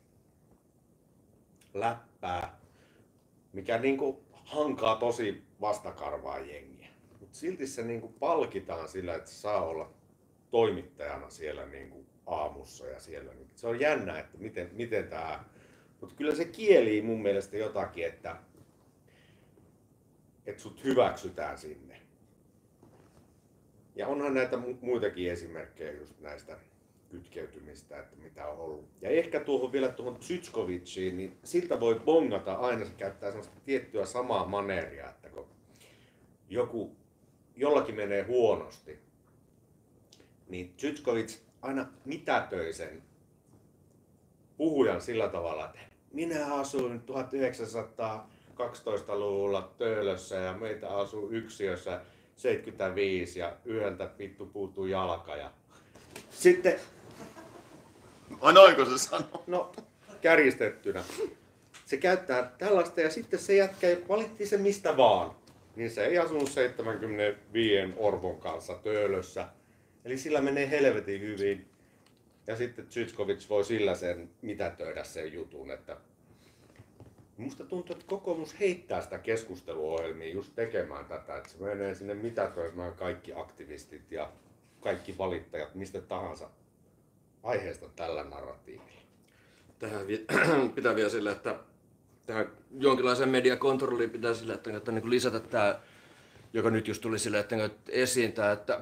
läppää, mikä niinku hankaa tosi vastakarvaa jengiä. Mut silti se niinku palkitaan sillä, että saa olla toimittajana siellä niinku aamussa ja siellä. Se on jännä, että miten, miten tää... Mutta kyllä se kielii mun mielestä jotakin, että, että sut hyväksytään sinne. Ja onhan näitä mu- muitakin esimerkkejä just näistä kytkeytymistä, että mitä on ollut. Ja ehkä tuohon vielä tuohon Zyzkoviciin, niin siltä voi bongata aina, se käyttää sellaista tiettyä samaa maneeria, että kun joku, jollakin menee huonosti, niin Zyzkovic aina mitätöi sen puhujan sillä tavalla, että minä asuin tuhatyhdeksänsataakaksitoista-luvulla Töölössä ja meitä asuu yksiössä seitsemänkymmentäviisi ja yhdeltä vittu puuttuu jalka. Ja sitten, Ai noinko se sanoo? no kärjistettynä, se käyttää tällaista ja sitten se jätkä valitti se mistä vaan. Niin se ei asunut seitsemänkymmentäviisi Orvon kanssa Töölössä. Eli sillä menee helvetin hyvin. Ja sitten Zyzkovic voi sillä sen mitätöidä sen jutun, että musta tuntuu, että kokoomus heittää sitä keskusteluohjelmia just tekemään tätä, että se menee sinne mitätöimään kaikki aktivistit ja kaikki valittajat mistä tahansa aiheesta tällä narratiivilla. Tähän vi- pitää vielä sille, että tähän jonkinlaiseen mediakontrolliin pitää sille, että, että niin kuin lisätä tämä, joka nyt just tuli sille, että esiin tämä, että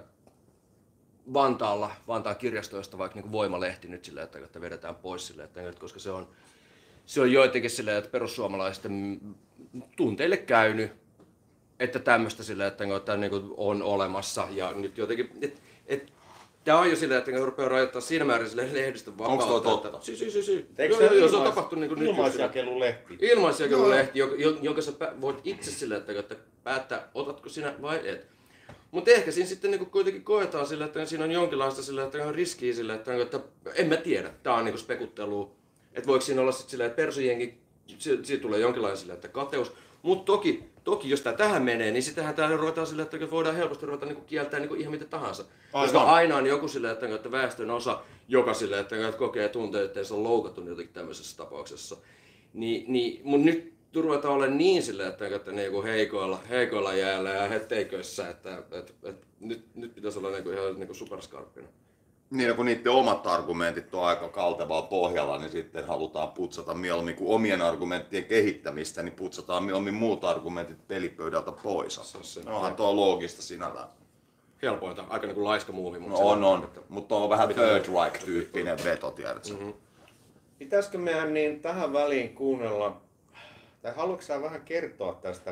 Vantaalla, Vantaan kirjastoista vaikka niin Voimalehti nyt sille, että, että vedetään pois sille, että, koska se on, se on joitakin silleen, että perussuomalaisten tunteille käynyt, että tämmöistä silleen, että, että niin on olemassa ja nyt jotenkin, että et, tämä on jo silleen, että rupeaa rajoittaa siinä määrin silleen lehdistön vapautta. Onko tuo totta? Si, si, si, si. Eikö Joo, se joo, joo, ilmais- se on tapahtunut niin kuin nyt. ilmaisjakelulehti? Ilmaisjakelulehti, jonka, jonka sä pä- voit itse silleen, että, että päättää, otatko sinä vai et. Mutta ehkä siinä sitten niinku kuitenkin koetaan sillä, että siinä on jonkinlaista sillä, että on riskiä sillä, että, että en mä tiedä, tää on niinku spekuttelua. Että voiko siinä olla sitten sillä, että persujengi, siitä tulee jonkinlainen sillä, että kateus. Mutta toki, toki, jos tää tähän menee, niin sittenhän täällä ruvetaan sillä, että voidaan helposti ruveta niinku kieltää niinku ihan mitä tahansa. Aivan. Koska aina on joku sillä, että, että väestön osa, joka sillä, että kokee tunteet, että se on loukattu jotenkin tämmöisessä tapauksessa. Ni, niin, mut nyt ruvetaan olla niin sillä, että, että niinku heikoilla, heikoilla jäällä ja hetteiköissä, että, että, että, että nyt, nyt pitäisi olla niinku ihan niinku superskarppina. Niin, kun niiden omat argumentit on aika kaltevalla pohjalla, niin sitten halutaan putsata mieluummin kuin omien argumenttien kehittämistä, niin putsataan mieluummin muut argumentit pelipöydältä pois. Se on se. Onhan tuo loogista sinällään. Helpointa, aika niinku laiska muuvi. No on, on. Mutta on vähän Third Reich-tyyppinen veto, tiedätkö? Mm-hmm. Pitäisikö meidän niin tähän väliin kuunnella, tai haluatko sä vähän kertoa tästä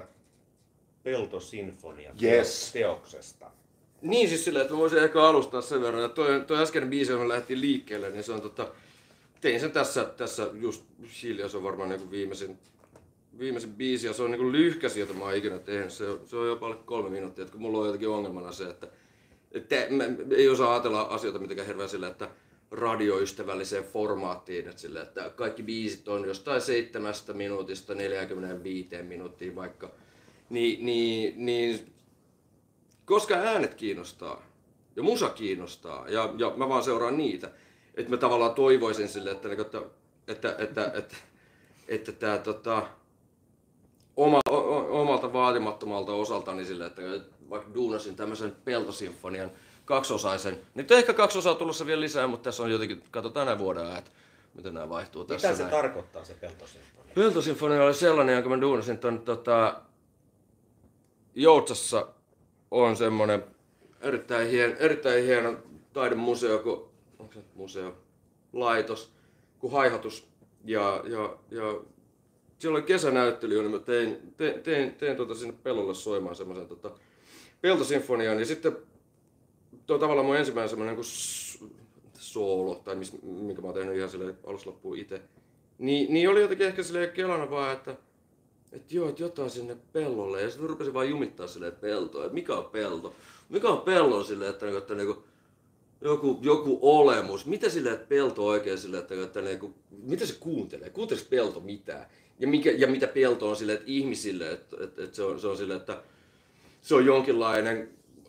Peltosinfonia Yes. teoksesta? Niin siis silleen, että mä voisin ehkä alustaa sen verran, että toi, toi äskeinen biisi, johon lähti liikkeelle, niin se on tota, tein sen tässä, tässä just hiljaa, se on varmaan niinku viimeisin, viimeisin biisi ja se on niinku lyhkäsi, jota mä oon ikinä tehnyt, se on, se on jopa alle kolme minuuttia, että kun mulla on jotenkin ongelmana se, että, että mä, ei osaa ajatella asioita mitenkään hirveän silleen, että radioystävälliseen formaattiin, että, sille, että kaikki biisit on jostain seitsemästä minuutista neljäänkymmeneenviiteen minuuttiin vaikka, niin, niin, niin koska äänet kiinnostaa ja musa kiinnostaa ja, ja mä vaan seuraan niitä, että mä tavallaan toivoisin sille, että, että, että, että, että, että tää tota, oma, o, omalta vaatimattomalta osaltani sille, että vaikka duunasin tämmöisen Peltosinfonian kaksosaisen. Nyt on ehkä kaksi osaa tulossa vielä lisää, mutta tässä on jotenkin, katsotaan näin vuoden että miten nämä vaihtuu tässä. Mitä se näin. tarkoittaa se Peltosinfonia? Peltosinfonia oli sellainen, jonka mä duunasin ton tota, Joutsassa on semmonen erittäin hieno, erittäin hieno taidemuseo, kun, onko se museo, laitos, kuin Haihatus. Ja, ja, ja siellä oli kesänäyttely, niin mä tein, tein, tein, tein tuota sinne pellolle soimaan semmoisen tota, Peltosinfonian. Ja sitten tuo on tavallaan mun ensimmäinen semmoinen niin soolo, tai mis, minkä mä oon tehnyt ihan silleen alusta loppuun itse. Niin, niin oli jotenkin ehkä silleen kelana vaan, että että joo, että jotain sinne pellolle. Ja sitten rupesin vaan jumittaa silleen peltoa, että mikä on pelto? Mikä on pello silleen, että, että, että niinku, joku, joku olemus. Mitä silleen, että pelto oikein silleen, että, että niinku, mitä se kuuntelee? Kuuntelis pelto mitään? Ja, mikä, ja mitä pelto on silleen, että ihmisille, että, että, että se, on, se on silleen, että se on jonkinlainen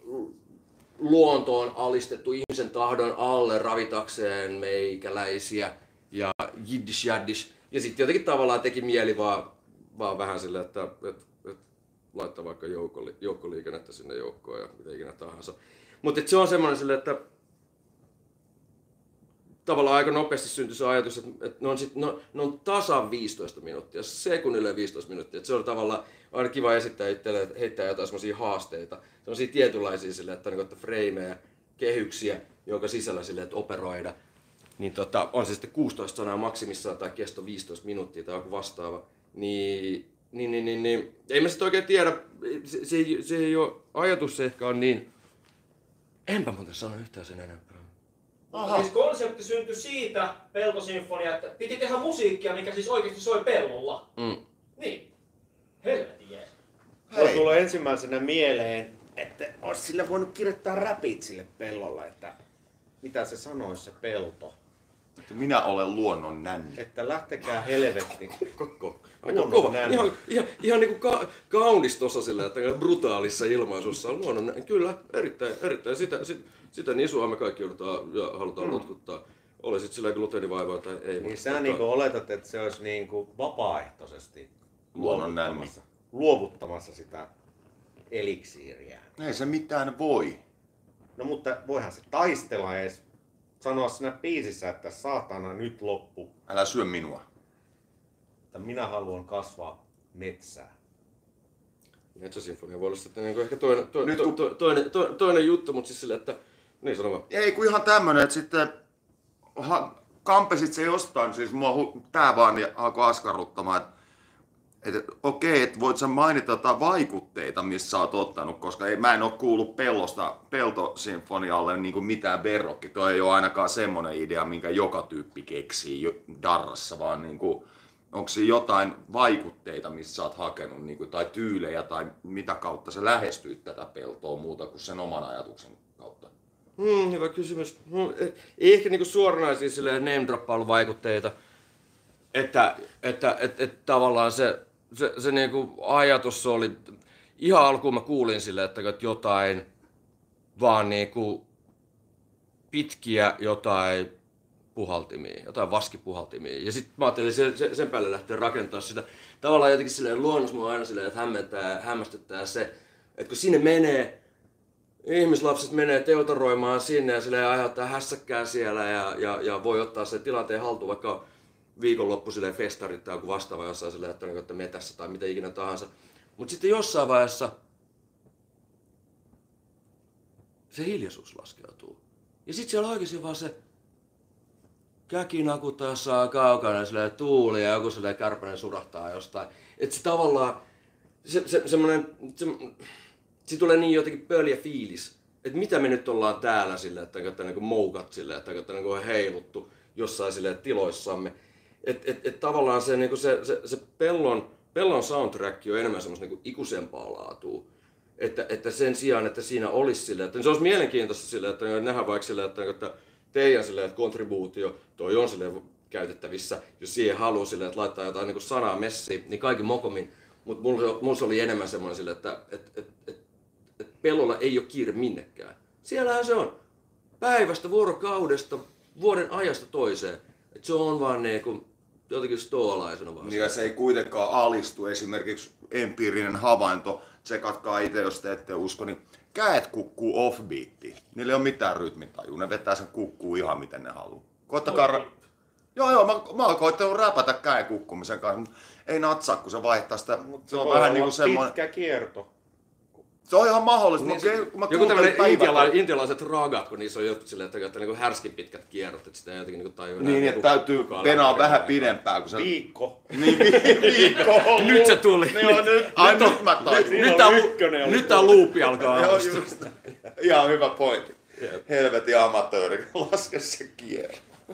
luontoon alistettu ihmisen tahdon alle ravitakseen meikäläisiä ja jiddish jaddish. Ja sitten jotenkin tavallaan teki mieli vaan, vaan vähän silleen, että, että, että laittaa vaikka joukkoli, joukkoliikennettä sinne joukkoon ja mitä ikinä tahansa. Mutta se on semmoinen silleen, että tavallaan aika nopeasti syntyi se ajatus, että, että ne, on sit, no, ne on tasan viisitoista minuuttia, sekunnille viisitoista minuuttia. Että se on tavallaan aina kiva esittää itselle, että heittää jotain semmoisia haasteita, semmoisia tietynlaisia sille, että, että freimejä, kehyksiä, jonka sisällä sille, että operoida. Niin tota, on se sitten kuusitoista sanaa maksimissaan tai kesto viisitoista minuuttia tai joku vastaava. Niin, niin, niin, niin, niin. Ei mä sit oikein tiedä, se, se, se ei ole, ajatus se ehkä on niin, enpä muuten sano yhtään sen enempää. Aha. Siis konsepti syntyi siitä, Peltosinfonia, että piti tehdä musiikkia, mikä siis oikeasti soi pellolla. Mm. Niin. Helvetin jees. Mulla tulee ensimmäisenä mieleen, että olisi sille voinut kirjoittaa räpit sille pellolla, että mitä se sanoisi se pelto. Minä olen luonnon nänni. Että lähtekää helvettiin. Koko. Aika kova. Ihan, ihan, ihan niin kuin ka, kaunis tuossa sillä, että brutaalissa ilmaisussa on luonnon nänni. Kyllä, erittäin, erittäin. Sitä, sitä, sitä nisua me kaikki joudutaan ja halutaan lutkuttaa. Oli sitten sillä gluteenivaivaa tai ei. Niin sä niinku oletat, että se olisi niinku vapaaehtoisesti Luonnon nänni. luovuttamassa, luovuttamassa sitä eliksiiriä. Ei se mitään voi. No mutta voihan se taistella edes sanoa siinä biisissä, että saatana nyt loppu. Älä syö minua. Että minä haluan kasvaa metsää. Metsäsinfonia voi olla sitten niin ehkä toinen, to, Nyt to, kun- to, toinen, to, toinen juttu, mutta siis silleen, että niin sano vaan. Ei kun ihan tämmönen, että sitten ha, kampesit se jostain, siis mua hu- tää vaan ja alkoi askarruttamaan, että et, okei, että voit sä mainita jotain vaikutteita, missä sä oot ottanut, koska ei, mä en oo kuullut pellosta, peltosinfonialle niin kuin mitään verrokki. Toi ei ole ainakaan semmonen idea, minkä joka tyyppi keksii jo darrassa, vaan niin kuin, onko siinä jotain vaikutteita, missä sä oot hakenut, niin kuin, tai tyylejä, tai mitä kautta sä lähestyit tätä peltoa muuta kuin sen oman ajatuksen kautta? Hmm, hyvä kysymys. Hmm, ei ehkä niinku suoranaisia silleen name-droppailuvaikutteita. Että, että et, et, tavallaan se, se, se niinku ajatus oli, ihan alkuun mä kuulin silleen, että jotain vaan niinku pitkiä jotain puhaltimia, jotain vaskipuhaltimia. Ja sitten mä ajattelin sen, sen päälle lähteä rakentamaan sitä. Tavallaan jotenkin silleen luonnossa mua aina silleen, että hämmentää, hämmästyttää se, että kun sinne menee, ihmislapset menee teutoroimaan sinne ja silleen aiheuttaa hässäkkää siellä ja, ja, ja voi ottaa sen tilanteen haltuun vaikka viikonloppu silleen festarit tai joku vastaava jossain silleen, että, että metässä tai mitä ikinä tahansa. Mutta sitten jossain vaiheessa se hiljaisuus laskeutuu. Ja sitten siellä oikeasti vaan se käki nakuttaa jossain kaukana silleen tuuli ja joku silleen kärpänen surahtaa jostain. Että se tavallaan, se, se, semmonen, se, siitä tulee niin jotenkin pöljä fiilis, että mitä me nyt ollaan täällä sille, että, että niin kuin moukat sille, että, että niin kuin heiluttu jossain sille tiloissamme. Että et, et tavallaan se, niin kuin se, se, se pellon, pellon soundtrack on enemmän semmoista niin kuin ikuisempaa laatua. Että, että sen sijaan, että siinä olisi sille, että se olisi mielenkiintoista sille, että nähdään vaikka sille, että, että teidän sille, että kontribuutio, toi on sille käytettävissä, jos siihen haluaa sille, että laittaa jotain niin kuin sanaa messiin, niin kaikki mokomin. Mutta mulla, mulla oli enemmän semmoinen sille, että et, et, et, et pellolla ei ole kiire minnekään. Siellähän se on. Päivästä, vuorokaudesta, vuoden ajasta toiseen. Et se on vaan niin kuin jotenkin stoalaisena vaan. Niin ja se ei kuitenkaan alistu. Esimerkiksi empiirinen havainto, tsekatkaa itse, jos te ette usko, niin käet kukkuu offbeatti. Niillä ei ole mitään rytmitajua. Ne vetää sen kukkuu ihan miten ne haluaa. Koittakaa... Ra- joo, joo, mä, mä oon koittanut räpätä käen kukkumisen kanssa, mutta ei natsaa, kun se vaihtaa sitä. Mut se on voi vähän olla niinku semmoinen... pitkä kierto. Se on ihan mahdollista. Niin, Mä, se, kun mä joku tämmöinen intiala, päivä... intialaiset ragat, kun niissä on jotkut silleen, että, että niin härskin pitkät kierrot, että sitä ei jotenkin niin tajua. Niin, että täytyy penaa vähän pidempään. Kun se... Viikko. Niin, vi- viikko on Nyt se tuli. Ne on nyt. Ai nyt mä tajuin. Siinä Nyt on tää, ykkönen oli nyt tää luupi alkaa Joo, alusta. just. Ihan hyvä pointti. Helvetin amatööri. Laske se kierro.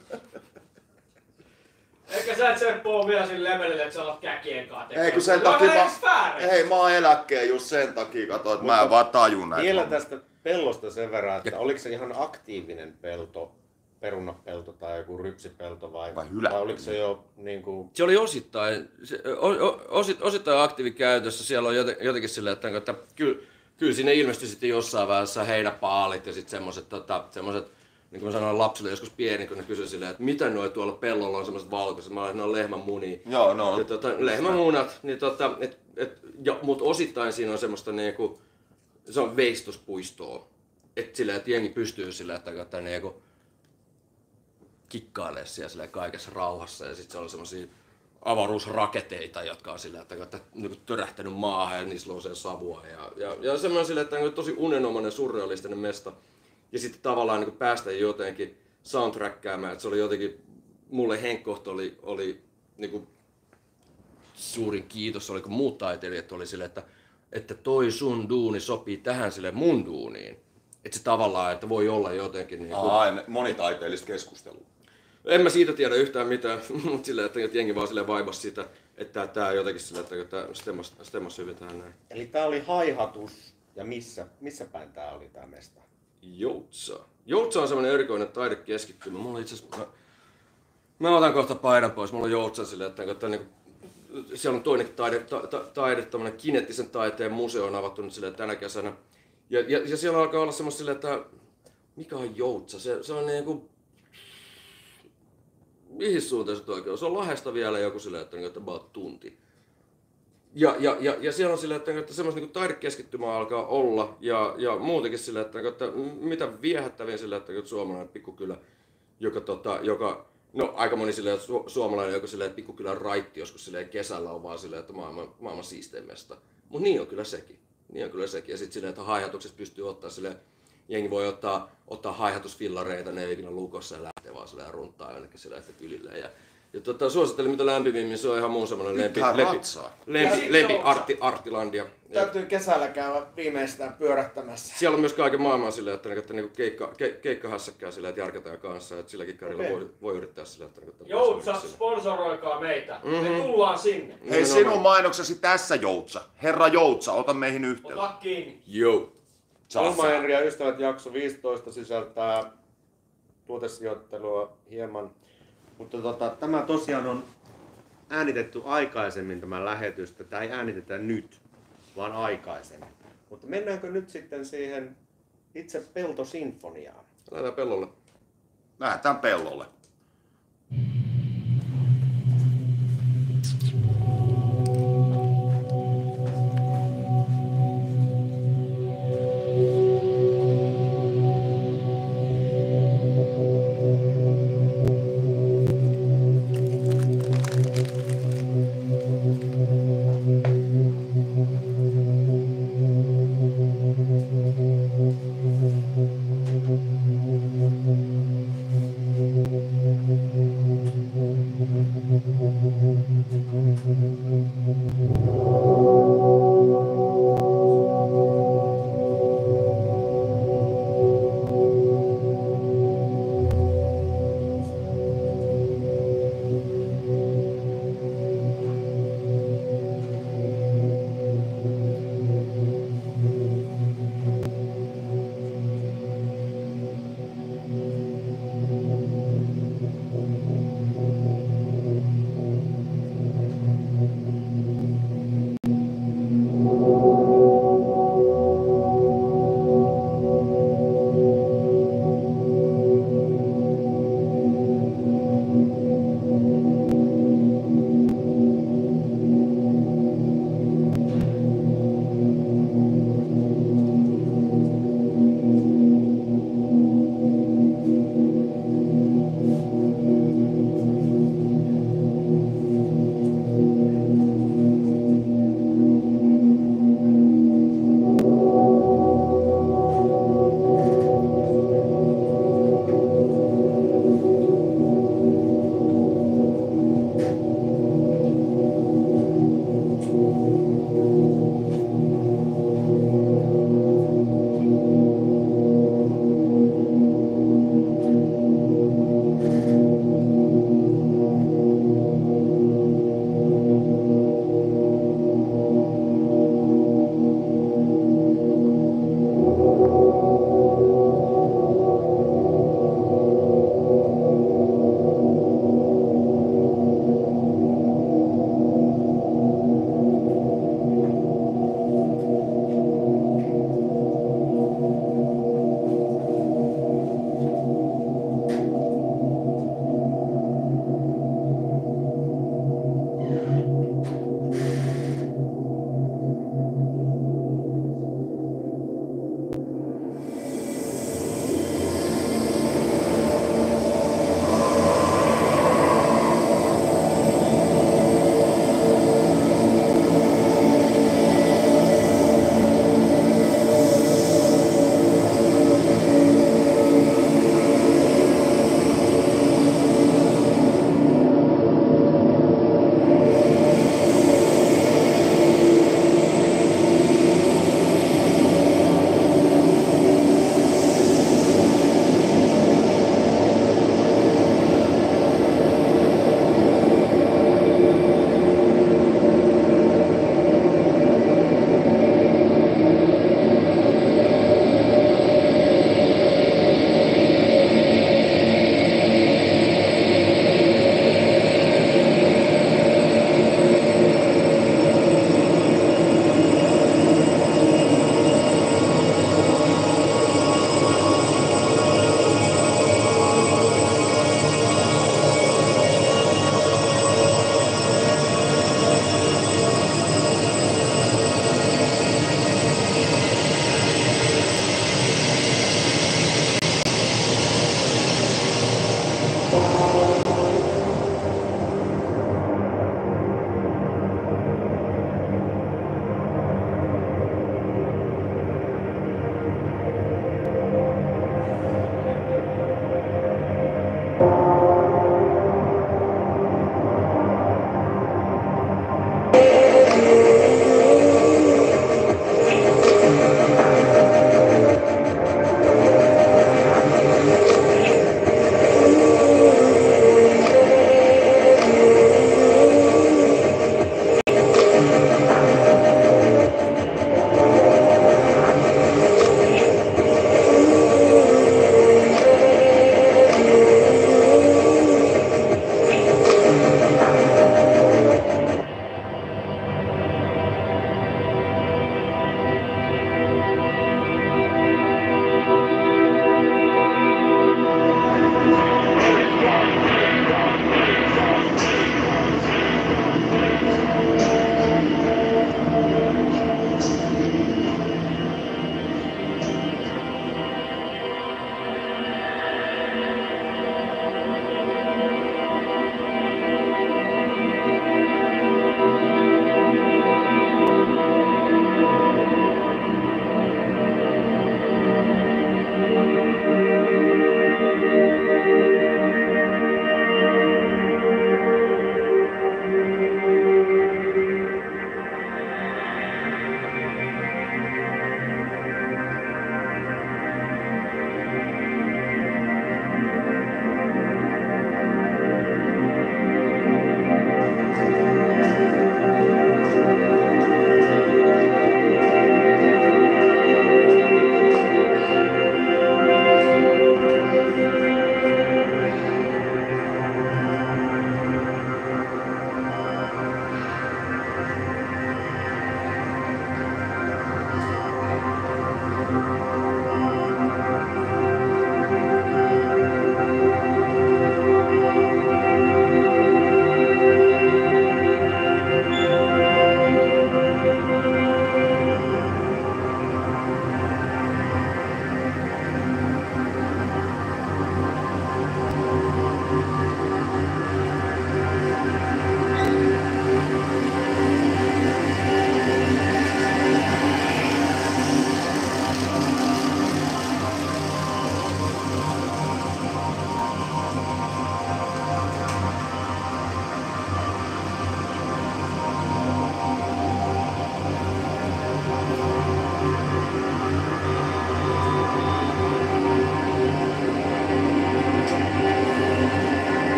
Ehkä sä et Seppo oo vielä sillä levelillä, että sä alat käkien kanssa. Ei kun sen takia mä... Hei, mä oon eläkkeen just sen takia, kato, että mä en vaan tajun näitä. Vielä hommia. tästä pellosta sen verran, että oliko se ihan aktiivinen pelto, perunapelto tai joku rypsipelto vai, Vai hylätty. vai oliko se jo niin kuin... Se oli osittain, se, o, o, osit, osittain aktiivikäytössä. Siellä on joten, jotenkin silleen, että, että kyllä, kyllä sinne ilmestyi sitten jossain vaiheessa heinäpaalit ja sitten semmoiset, tota, semmoiset, niin kuin mä sanoin lapsille joskus pieni, kun ne kysyi silleen, että mitä noi tuolla pellolla on semmoiset valkoiset. Mä olin, ne on lehmän munia. Joo, no. Ja, tota, lehmämunat, niin tota, et, et, ja, mut osittain siinä on semmoista niinku, se on veistuspuistoa. Et silleen, että jengi pystyy silleen, että, että niinku, kikkailee siellä silleen kaikessa rauhassa ja sitten siellä on semmosia avaruusraketeita, jotka on sillä, että, että niin törähtänyt maahan ja niissä nousee savua. Ja, ja, ja semmoinen sillä, että on tosi unenomainen, surrealistinen mesta. Ja sitten tavallaan niin päästä jotenkin soundtrackkäämään, että se oli jotenkin, mulle henkkohto oli, oli niin kuin suurin kiitos, oli kun muut taiteilijat oli silleen, että, että toi sun duuni sopii tähän sille mun duuniin. Että se tavallaan, että voi olla jotenkin niin kuin... Aa, monitaiteellista keskustelua. En mä siitä tiedä yhtään mitään, mutta silleen, että jengi vaan silleen vaibasi sitä, että tää jotenkin silleen, että tää stemmas hyvin tähän näin. Eli tää oli haihatus, ja missä, missä päin tää oli tää mesta? Joutsa. Joutsa on semmonen erikoinen taidekeskittymä. Mulla itse asiassa... Mä, mä otan kohta paidan pois, mulla on Joutsa silleen, että, että niin, siellä on toinenkin taide, ta, ta, taide tämmönen kineettisen taiteen museo on avattu nyt silleen tänä kesänä. Ja, ja, ja siellä alkaa olla semmoista silleen, että mikä on Joutsa? Se, se on niinku... Mihin suuntaan se oikein on? Se on Lahdesta vielä joku silleen, että, että about tunti. Ja, ja, ja, ja siellä on silleen, että, että semmoista niin taidekeskittymää alkaa olla. Ja, ja muutenkin silleen, että, että mitä viehättäviin silleen, että, että suomalainen pikkukylä, joka, tota, joka no aika moni silleen, että su, suomalainen joku silleen, että pikkukylän raitti joskus silleen kesällä on vaan silleen, että maailman, maailman siistein mesta. Mut niin on kyllä sekin. Niin on kyllä sekin. Ja sitten silleen, että haihatuksessa pystyy ottaa silleen, jengi voi ottaa, ottaa haihatusfillareita, ne ei ikinä lukossa ja lähtee vaan silleen runttaa jonnekin silleen kylille. Ja, ja tota, suosittelen mitä lämpimimmin, se on ihan mun semmonen lempi, lempi, lempi, lempi artti, Arttilandia. Täytyy kesällä käydä viimeistään pyörähtämässä. Siellä on myös kaiken maailman silleen, että, että niinku keikka, ke, keikkahässäkkää silleen, että järkätään kanssa, että silläkin karilla okay. voi, voi yrittää silleen, että... että Joutsa, sponsoroikaa meitä. Mm-hmm. Me tullaan sinne. Hei, sinun mainoksesi tässä Joutsa. Herra Joutsa, ota meihin yhteyttä. Ota kiinni. Joo. Alma Henri ja ystävät jakso viisitoista sisältää tuotesijoittelua hieman. Mutta tota, tämä tosiaan on äänitetty aikaisemmin tämä lähetys. Tätä ei äänitetä nyt, vaan aikaisemmin. Mutta mennäänkö nyt sitten siihen itse peltosinfoniaan? Lähdetään pellolle. Lähdetään pellolle. Thank you.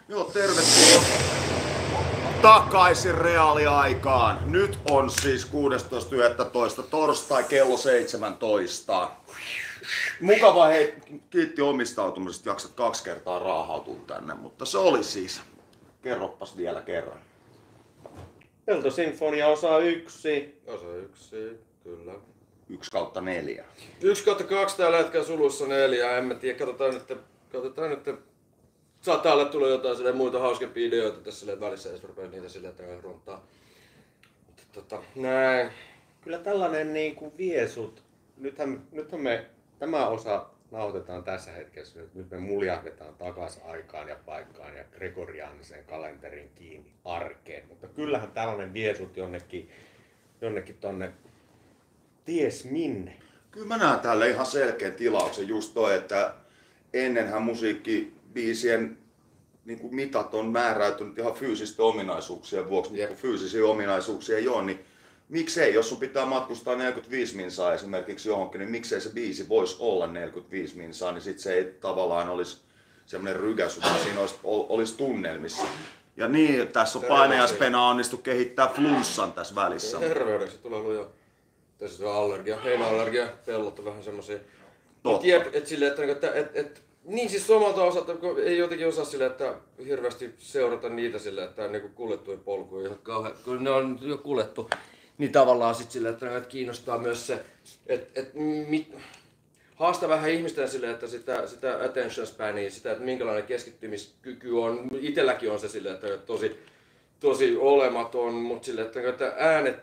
Joo, tervetuloa takaisin reaaliaikaan. Nyt on siis kuudestoista yhdestoista torstai kello seitsemäntoista. Mukava hei, kiitti omistautumisesta, jaksat kaksi kertaa raahautua tänne, mutta se oli siis. Kerroppas vielä kerran. Peltosinfonia osa yksi. Osa yksi, kyllä. Yksi kautta neljä. Yksi kautta kaksi tällä hetkellä sulussa neljä, en mä tiedä, katsotaan nyt, katsotaan nyt, saattaa olla tulla jotain silleen muita hauskempia ideoita tässä silleen välissä, jos rupeaa niitä silleen tällä runtaa. Mutta tota, näin. Kyllä tällainen niin kuin viesut. Nythän, nythän me tämä osa nauhoitetaan tässä hetkessä. Nyt me muljahdetaan takaisin aikaan ja paikkaan ja gregoriaaniseen kalenterin kiinni arkeen. Mutta kyllähän tällainen viesut jonnekin, jonnekin tonne ties minne. Kyllä mä näen tälle ihan selkeän tilauksen just toi, että ennenhän musiikkibiisien niin kuin mitat on määräytynyt ihan fyysisten ominaisuuksien vuoksi, mutta kun fyysisiä ominaisuuksia ei ole, niin miksei, jos sun pitää matkustaa neljäkymmentäviisi minsaa esimerkiksi johonkin, niin miksei se biisi voisi olla neljäkymmentäviisi minsaa, niin sit se ei tavallaan olisi semmoinen rykäsy, vaan siinä olisi, olisi tunnelmissa. Ja niin, tässä on painajaispena onnistu kehittää flunssan tässä välissä. Terveydeksi tulee luja. Tässä on allergia, heinäallergia, pellot on vähän semmosia. Mutta jep, et silleen, että, että, että, että niin siis omalta osalta, kun ei jotenkin osaa silleen, että hirveästi seurata niitä silleen, että on niinku kuljettuja polkuja ihan kauhean, kun ne on jo kuljettu, niin tavallaan sit silleen, että, että kiinnostaa myös se, että, että mit, haastaa vähän ihmisten silleen, että sitä, sitä attention spania, sitä, että minkälainen keskittymiskyky on, itselläkin on se silleen, että tosi, tosi olematon, mutta silleen, että, että äänet,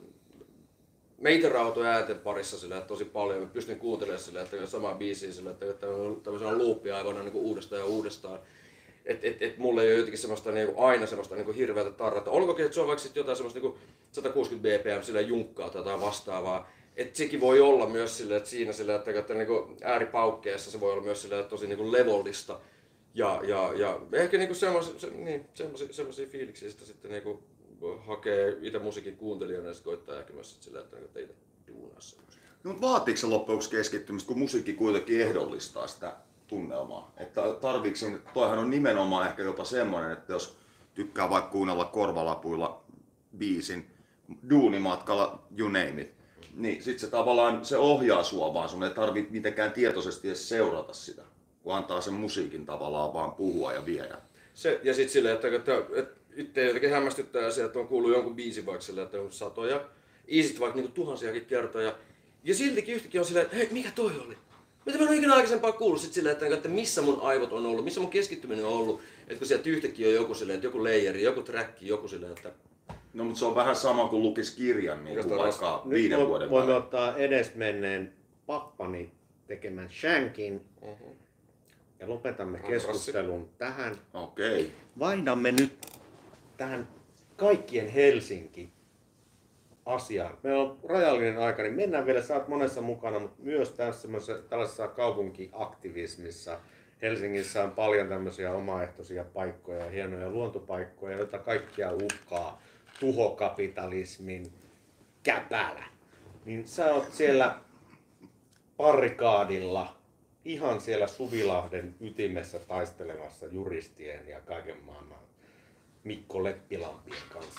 meitä rautoi äänten parissa sillä, tosi paljon. Mä pystyn kuuntelemaan sillä, että samaa biisiä sillä, että on tämmöisen loopia niin uudestaan ja uudestaan. Et, et, et mulla ei ole jotenkin semmoista niinku, aina semmoista niinku, hirveätä tarrata. Olkoonkin, että se on vaikka sit jotain semmoista niinku, sata kuusikymmentä bpm sillä junkkaa tai jotain vastaavaa. Et sekin voi olla myös sillä, että siinä sillä, että, että niinku, ääripaukkeessa se voi olla myös sillä, että tosi niinku, levollista. Ja, ja, ja ehkä niinku, semmoisia se, niin, semmoisia fiiliksiä sitten niinku, hakee itse musiikin kuuntelijana ja koittaa ehkä myös sillä, että itse duunaa semmoista. No, mutta vaatiiko se loppujen lopuksi keskittymistä, kun musiikki kuitenkin ehdollistaa sitä tunnelmaa? Että tarviiko siinä, toihan on nimenomaan ehkä jopa semmoinen, että jos tykkää vaikka kuunnella korvalapuilla biisin, duunimatkalla, you name it, niin sit se tavallaan se ohjaa sua vaan, sun ei tarvitse mitenkään tietoisesti edes seurata sitä, kun antaa sen musiikin tavallaan vaan puhua ja viedä. Se, ja sitten silleen, että, että, että itse jotenkin hämmästyttää se, että on kuullut jonkun biisin vaikka silleen, että on satoja, iisit vaikka niin tuhansiakin kertoja. Ja siltikin yhtäkkiä on silleen, että hei, mikä toi oli? Mitä mä en ole ikinä aikaisempaa kuullut sit silleen, että, että missä mun aivot on ollut, missä mun keskittyminen on ollut. Että kun sieltä yhtäkkiä on joku silleen, että joku leijeri, joku tracki, joku silleen, että... No mutta se on vähän sama kuin lukisi kirjan niin kuin vaikka viiden Nyt vuoden voimme päälle. ottaa edesmenneen pappani tekemään shankin. Uh-huh. Ja lopetamme keskustelun tähän. Okei. Okay. Vaihdamme nyt tähän kaikkien Helsinki asiaan. Meillä on rajallinen aika, niin mennään vielä, sä oot monessa mukana, mutta myös tässä tällaisessa kaupunkiaktivismissa. Helsingissä on paljon tämmöisiä omaehtoisia paikkoja, hienoja luontopaikkoja, joita kaikkia uhkaa tuhokapitalismin käpälä. Niin sä oot siellä barrikaadilla, ihan siellä Suvilahden ytimessä taistelemassa juristien ja kaiken maailman Mikko Leppilampien kanssa.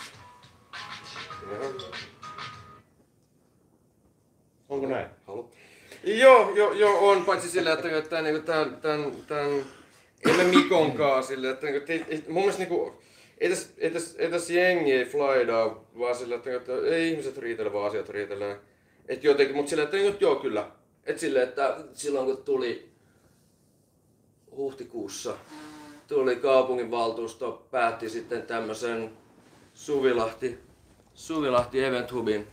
Onko näin? Halu. Joo, joo, joo, on, paitsi sillä, että, että tämän, tämän, tämän, tämän emme Mikonkaan sillä, että, että ei, mun mielestä niinku, ei tässä, ei tässä, ei tässä jengi ei flydaa, vaan sillä, että, että ei ihmiset riitele, vaan asiat riitelee. Et jotenkin, mutta sillä, että joo kyllä, että sillä, että silloin kun tuli huhtikuussa, tuli kaupunginvaltuusto, päätti sitten tämmöisen Suvilahti, Suvilahti Event Hubin,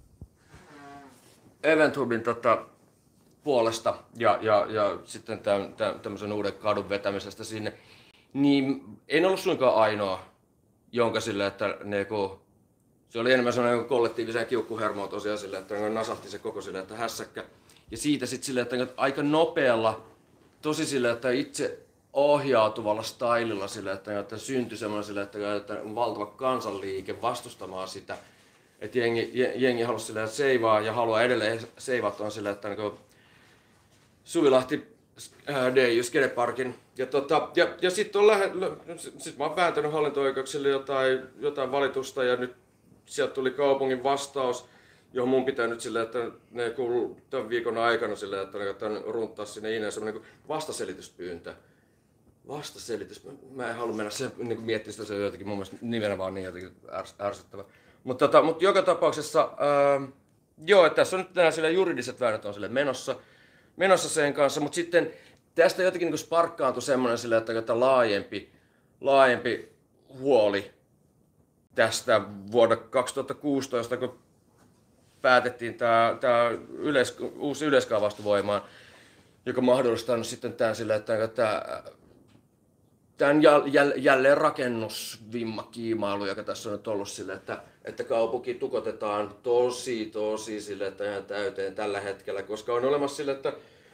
Event Hubin tota, puolesta ja, ja, ja sitten tämän, tämän, tämmöisen uuden kadun vetämisestä sinne, niin en ollut suinkaan ainoa, jonka sille, että ne, kun, se oli enemmän sellainen kollektiivisen kiukkuhermoa tosiaan sille, että nasahti se koko sille, että hässäkkä. Ja siitä sitten sille, että aika nopealla, tosi sille, että itse ohjautuvalla stylilla sille, että, että syntyi semmoinen sille, että, että on valtava kansanliike vastustamaan sitä. Että jengi, jengi halusi silleen seivaa ja haluaa edelleen seivata on silleen, että niin Suvilahti D J Skeneparkin. Ja, tota, ja, ja sitten lähe, sit mä oon vääntänyt hallinto-oikeuksille jotain, jotain valitusta ja nyt sieltä tuli kaupungin vastaus, johon mun pitää nyt silleen, että ne kuuluu tämän viikon aikana silleen, että ne tämän runttaa sinne ineen semmoinen niin vastaselityspyyntö. Vastaselitys. Mä en halua mennä sen, niin miettiä sitä, se on jotenkin mun mielestä nimenä vaan niin jotenkin ärs, ärsyttävä. Mutta tota, mut joka tapauksessa, ää, joo, että tässä on nyt nämä sille juridiset väännöt on sille menossa, menossa sen kanssa, mutta sitten tästä jotenkin niin sparkkaantui semmoinen sille, että, että laajempi, laajempi huoli tästä vuonna kaksituhattakuusitoista, kun päätettiin tämä, tämä yleis, uusi yleiskaavasto voimaan, joka mahdollistaa sitten tämän sille, että tämä tämän jälleen rakennusvimmakiimailu, joka tässä on nyt ollut sille, että, että kaupunki tukotetaan tosi, tosi sille, että ihan täyteen tällä hetkellä, koska on olemassa sille, että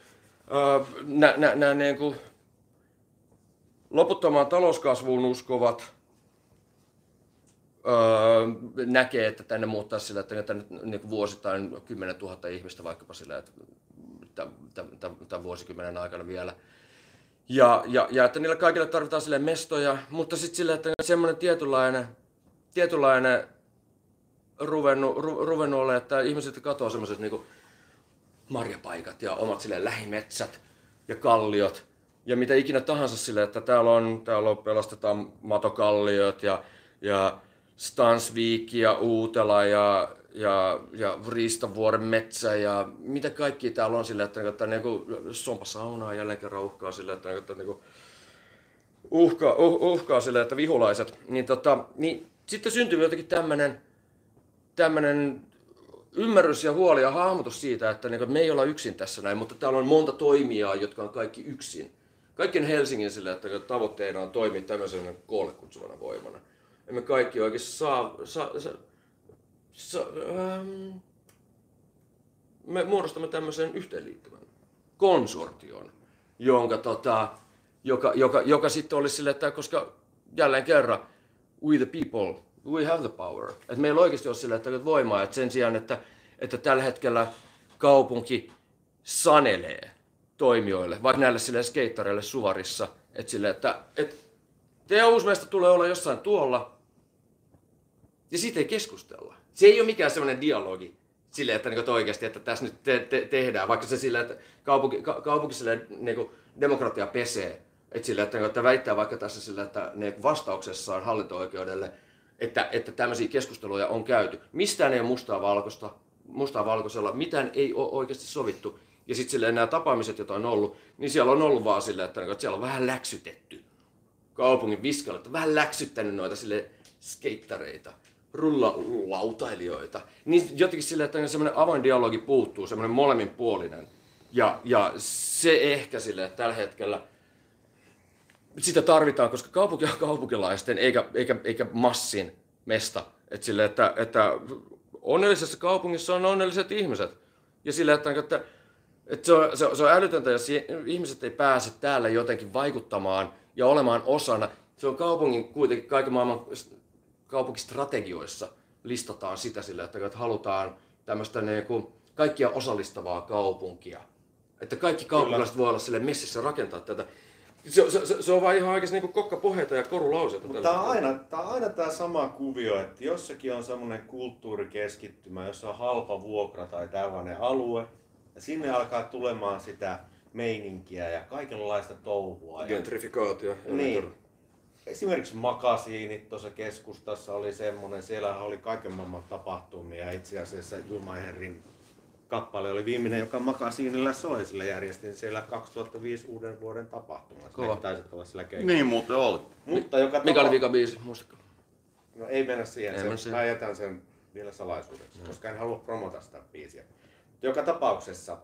nämä niin kuin loputtomaan talouskasvuun uskovat öö, näkee, että tänne muuttaa sillä, että tänne niin kuin vuosittain kymmenen tuhatta ihmistä vaikkapa sillä, että tämän vuosikymmenen aikana vielä. Ja, ja, ja että niillä kaikille tarvitaan sille mestoja, mutta sitten sille, että semmoinen tietynlainen, tietynlainen ruvennut, ru, ruvennut ole, että ihmiset katoaa semmoiset niinku marjapaikat ja omat sille lähimetsät ja kalliot ja mitä ikinä tahansa sille, että täällä on, täällä on pelastetaan matokalliot ja, ja Stansvik ja Uutela ja, ja, ja Riistavuoren metsä ja mitä kaikki täällä on sille, että, että niin Sompasaunaa jälleen kerran uhkaa sille, että, että niin uhkaa, uh, uhkaa sille, että vihulaiset. Niin, tota, niin sitten syntyy jotenkin tämmöinen tämmöinen ymmärrys ja huoli ja hahmotus siitä, että niin me ei olla yksin tässä näin, mutta täällä on monta toimijaa, jotka on kaikki yksin. Kaikkien Helsingin sille, että tavoitteena on toimia tämmöisenä koolle kutsuvana voimana. Emme kaikki oikein saa, saa, saa, saa ähm, me muodostamme tämmöisen yhteenliittymän konsortion, jonka, tota, joka, joka, joka sitten olisi sille, että koska jälleen kerran, we the people, we have the power. Että meillä oikeasti olisi sille, että voimaa, että sen sijaan, että, että tällä hetkellä kaupunki sanelee toimijoille, vaikka näille sille skeittareille Suvarissa, että sille, että, että teidän uusi mesta tulee olla jossain tuolla, ja siitä ei keskustella. Se ei ole mikään sellainen dialogi silleen, että niin oikeasti, että tässä nyt te- te- tehdään, vaikka se silleen, että kaupunki, ka- kaupunki silleen, niin demokratia pesee, että, silleen, että, että väittää vaikka tässä silleen, että ne vastauksessaan hallinto-oikeudelle, että, että tämmöisiä keskusteluja on käyty. Mistään ei ole mustaa valkoista, mustaa valkoisella, mitään ei ole oikeasti sovittu. Ja sitten silleen nämä tapaamiset, joita on ollut, niin siellä on ollut vaan silleen, että, että siellä on vähän läksytetty kaupungin viskalla, että vähän läksyttänyt noita silleen skeittareita, rullalautailijoita. Niin jotenkin silleen, että semmoinen avoin dialogi puuttuu, semmoinen molemminpuolinen. Ja, ja se ehkä silleen, että tällä hetkellä sitä tarvitaan, koska kaupunki on kaupunkilaisten eikä, eikä, eikä massin mesta. Että silleen, että, että onnellisessa kaupungissa on onnelliset ihmiset. Ja silleen, että, että, että se, on, se, on, se on älytöntä, jos ihmiset ei pääse täällä jotenkin vaikuttamaan ja olemaan osana. Se on kaupungin kuitenkin kaiken maailman kaupunkistrategioissa listataan sitä sillä, että halutaan tämmöistä niin kuin kaikkia osallistavaa kaupunkia. Että kaikki kaupunkilaiset voi olla sille messissä rakentaa tätä. Se, se, se on vaan ihan oikeasti niin kokkapohjeita ja korulauseita. Mutta tämä on aina tämä, on aina tämä sama kuvio, että jossakin on semmoinen kulttuurikeskittymä, jossa on halpa vuokra tai tällainen alue. Ja sinne alkaa tulemaan sitä meininkiä ja kaikenlaista touhua. Gentrifikaatio. Niin. Esimerkiksi makasiinit tuossa keskustassa oli semmoinen, siellä oli kaiken maailman tapahtumia. Itse asiassa Julmaiherin kappale oli viimeinen, joka makasiinilla soi, sillä järjestin siellä kaksituhattaviisi uuden vuoden tapahtumat. Kova. Taisit olla sillä keikalla. Niin muuten oli. Mutta joka Mikä oli tapa- vika biisi, muistatko? No ei mennä siihen, Ei se, mennä siihen. mä jätän sen vielä salaisuudeksi, mm. koska en halua promota sitä biisiä. Joka tapauksessa.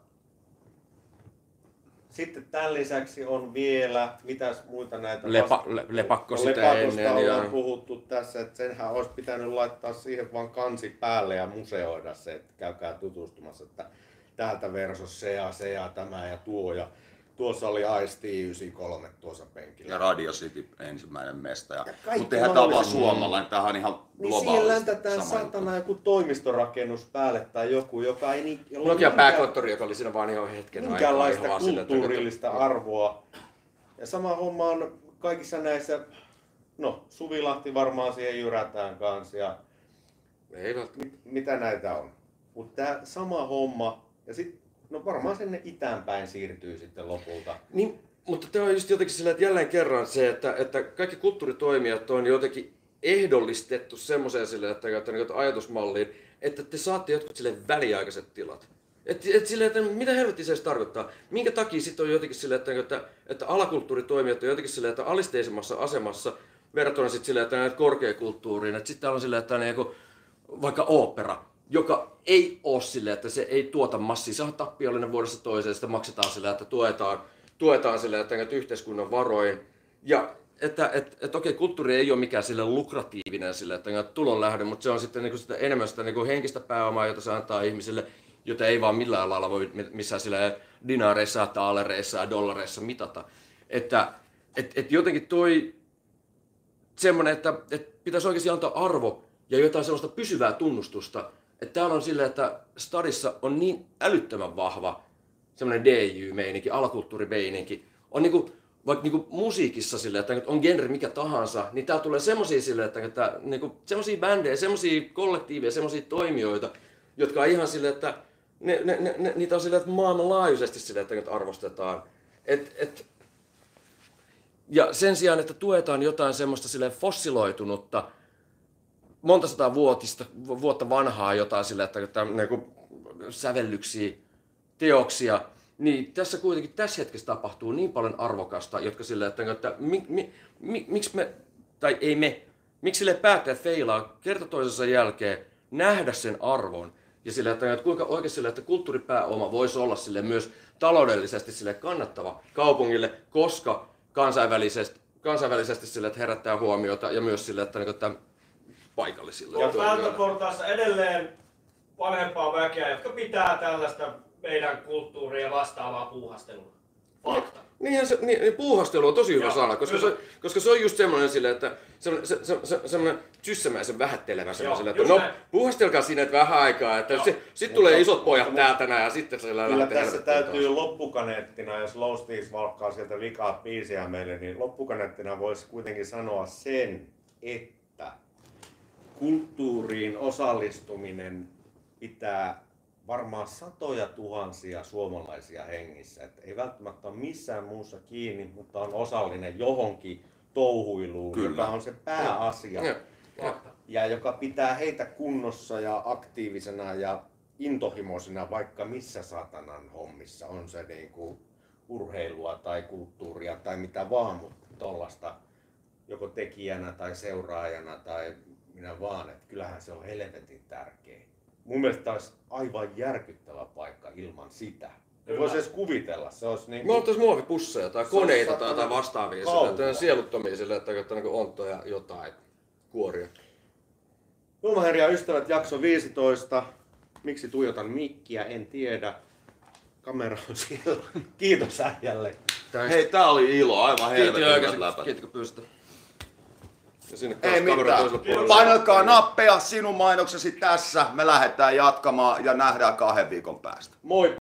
Sitten tämän lisäksi on vielä, mitäs muita näitä... Lepa, vasta- le, lepakko no, sitä lepakosta ennen. ollaan Ja puhuttu tässä, että senhän olisi pitänyt laittaa siihen vaan kansi päälle ja museoida se, että käykää tutustumassa, että täältä versus se ja se ja tämä ja tuo ja tuossa oli Ice-T yhdeksänkymmentäkolme tuossa penkillä. Ja Radio City ensimmäinen mesta. Ja, Ja kaikki mutta eihän tää ole vaan mahdolliset. suomalainen, tämähän on ihan Niin siihen globaalisti läntätään sama saatana joku toimistorakennus päälle tai joku, joka ei niin... jolla Nokia ei pääkonttori, joka oli siinä vaan ihan hetken aikaa. minkäänlaista ihan vaan sillä, että- kulttuurillista arvoa. Ja sama homma on kaikissa näissä, no Suvilahti varmaan siihen jyrätään kanssa ja Ei välttämättä. mit, mitä näitä on. Mutta tämä sama homma, ja sit, no varmaan sinne itään päin siirtyy sitten lopulta. Niin, mutta tämä on just jotenkin sillä, että jälleen kerran se, että, että kaikki kulttuuritoimijat on jotenkin ehdollistettu semmoiseen sille, että, että, että ajatusmalliin, että te saatte jotkut sille väliaikaiset tilat. Et, et sille, että mitä helvetti se edes tarkoittaa? Minkä takia sitten on jotenkin sille, että, että, että alakulttuuritoimijat on jotenkin sille, että alisteisemmassa asemassa verrattuna sitten sille, että näitä korkeakulttuuriin. Että sitten täällä on sille, että on joku, vaikka ooppera, joka ei ole sille, että se ei tuota massia. Se on tappiollinen vuodesta toiseen, sitä maksetaan sille, että tuetaan, tuetaan sille, että, että yhteiskunnan varoin. Ja että et, et, okei, kulttuuri ei ole mikään sille lukratiivinen sille, että tulonlähde, mutta se on sitten niin sitä enemmän sitä niin henkistä pääomaa, jota se antaa ihmisille, jota ei vaan millään lailla voi missään sille dinaareissa, taalereissa ja dollareissa mitata. Että et, et jotenkin toi semmoinen, että et pitäisi oikeasti antaa arvo ja jotain sellaista pysyvää tunnustusta. Että täällä on silleen, että stadissa on niin älyttömän vahva semmoinen D J-meininki, alakulttuurimeininki. On niinku, vaikka niinku musiikissa silleen, että on genre mikä tahansa, niin täällä tulee semmosia silleen, että, että niinku, semmosia bändejä, semmosia kollektiiveja, semmosia toimijoita, jotka on ihan silleen, että ne, ne, ne, ne, niitä on silleen, että maailmanlaajuisesti silleen, että arvostetaan. Et, et, ja sen sijaan, että tuetaan jotain semmoista silleen fossiloitunutta, monta sataa vuotista, vuotta vanhaa jotain sillä, että, että niin sävellyksiä, teoksia, niin tässä kuitenkin tässä hetkessä tapahtuu niin paljon arvokasta, jotka sillä, että, että mi, mi, mi, miksi me, tai ei me, miksi sille päättäjät feilaa kerta toisensa jälkeen nähdä sen arvon ja sillä, että, että kuinka oikein sillä, että kulttuuripääoma voisi olla sille myös taloudellisesti sille kannattava kaupungille, koska kansainvälisesti, kansainvälisesti sille, että herättää huomiota ja myös sille, että, että paikallisille. Ja Peltoportaassa edelleen vanhempaa väkeä, jotka pitää tällaista meidän kulttuuria vastaavaa puuhastelua. Fakta. Niinhän se, niin, puuhastelu on tosi hyvä Joo, sana, koska kyllä. se, koska se on just semmoinen sille, että semmoinen, se, se, se, semmoinen tyssämäisen vähättelevä semmoinen, että just no näin. puuhastelkaa siinä että vähän aikaa, että Joo. se, sit tulee isot pojat täältä näin ja sitten se Kyllä lähtee tässä helvettiin täytyy taas. loppukaneettina, jos Low Steez valkkaa sieltä vikaa biisiä meille, niin loppukaneettina voisi kuitenkin sanoa sen, että kulttuuriin osallistuminen pitää varmaan satoja tuhansia suomalaisia hengissä. Että ei välttämättä ole missään muussa kiinni, mutta on osallinen johonkin touhuiluun, Kyllä. joka on se pääasia. Joo. Fakta. Ja joka pitää heitä kunnossa ja aktiivisena ja intohimoisena vaikka missä satanan hommissa. On se niinku urheilua tai kulttuuria tai mitä vaan, mutta tollasta joko tekijänä tai seuraajana tai minä vaan, että kyllähän se on helvetin tärkeä. Mun mielestä tämä olisi aivan järkyttävä paikka ilman sitä. Ei voisi edes kuvitella, se olisi niin Me oltais muovipusseja tai Se on koneita tai satana jotain vastaavia, kauhea. sillä, että sieluttomia sillä, että, että niin onttoja jotain kuoria. Julmaherja ystävät, jakso viisitoista. Miksi tuijotan mikkiä, en tiedä. Kamera on siellä. Kiitos äijälle. Hei, tää oli ilo, aivan Kiitos helvetin hyvät oikeesti, läpät. kiitos kun pyysit. Ja sinne Ei taas kameran toiselle mitään. puolelle. Painakaa nappeja sinun mainoksesi tässä. Me lähdetään jatkamaan ja nähdään kahden viikon päästä. Moi!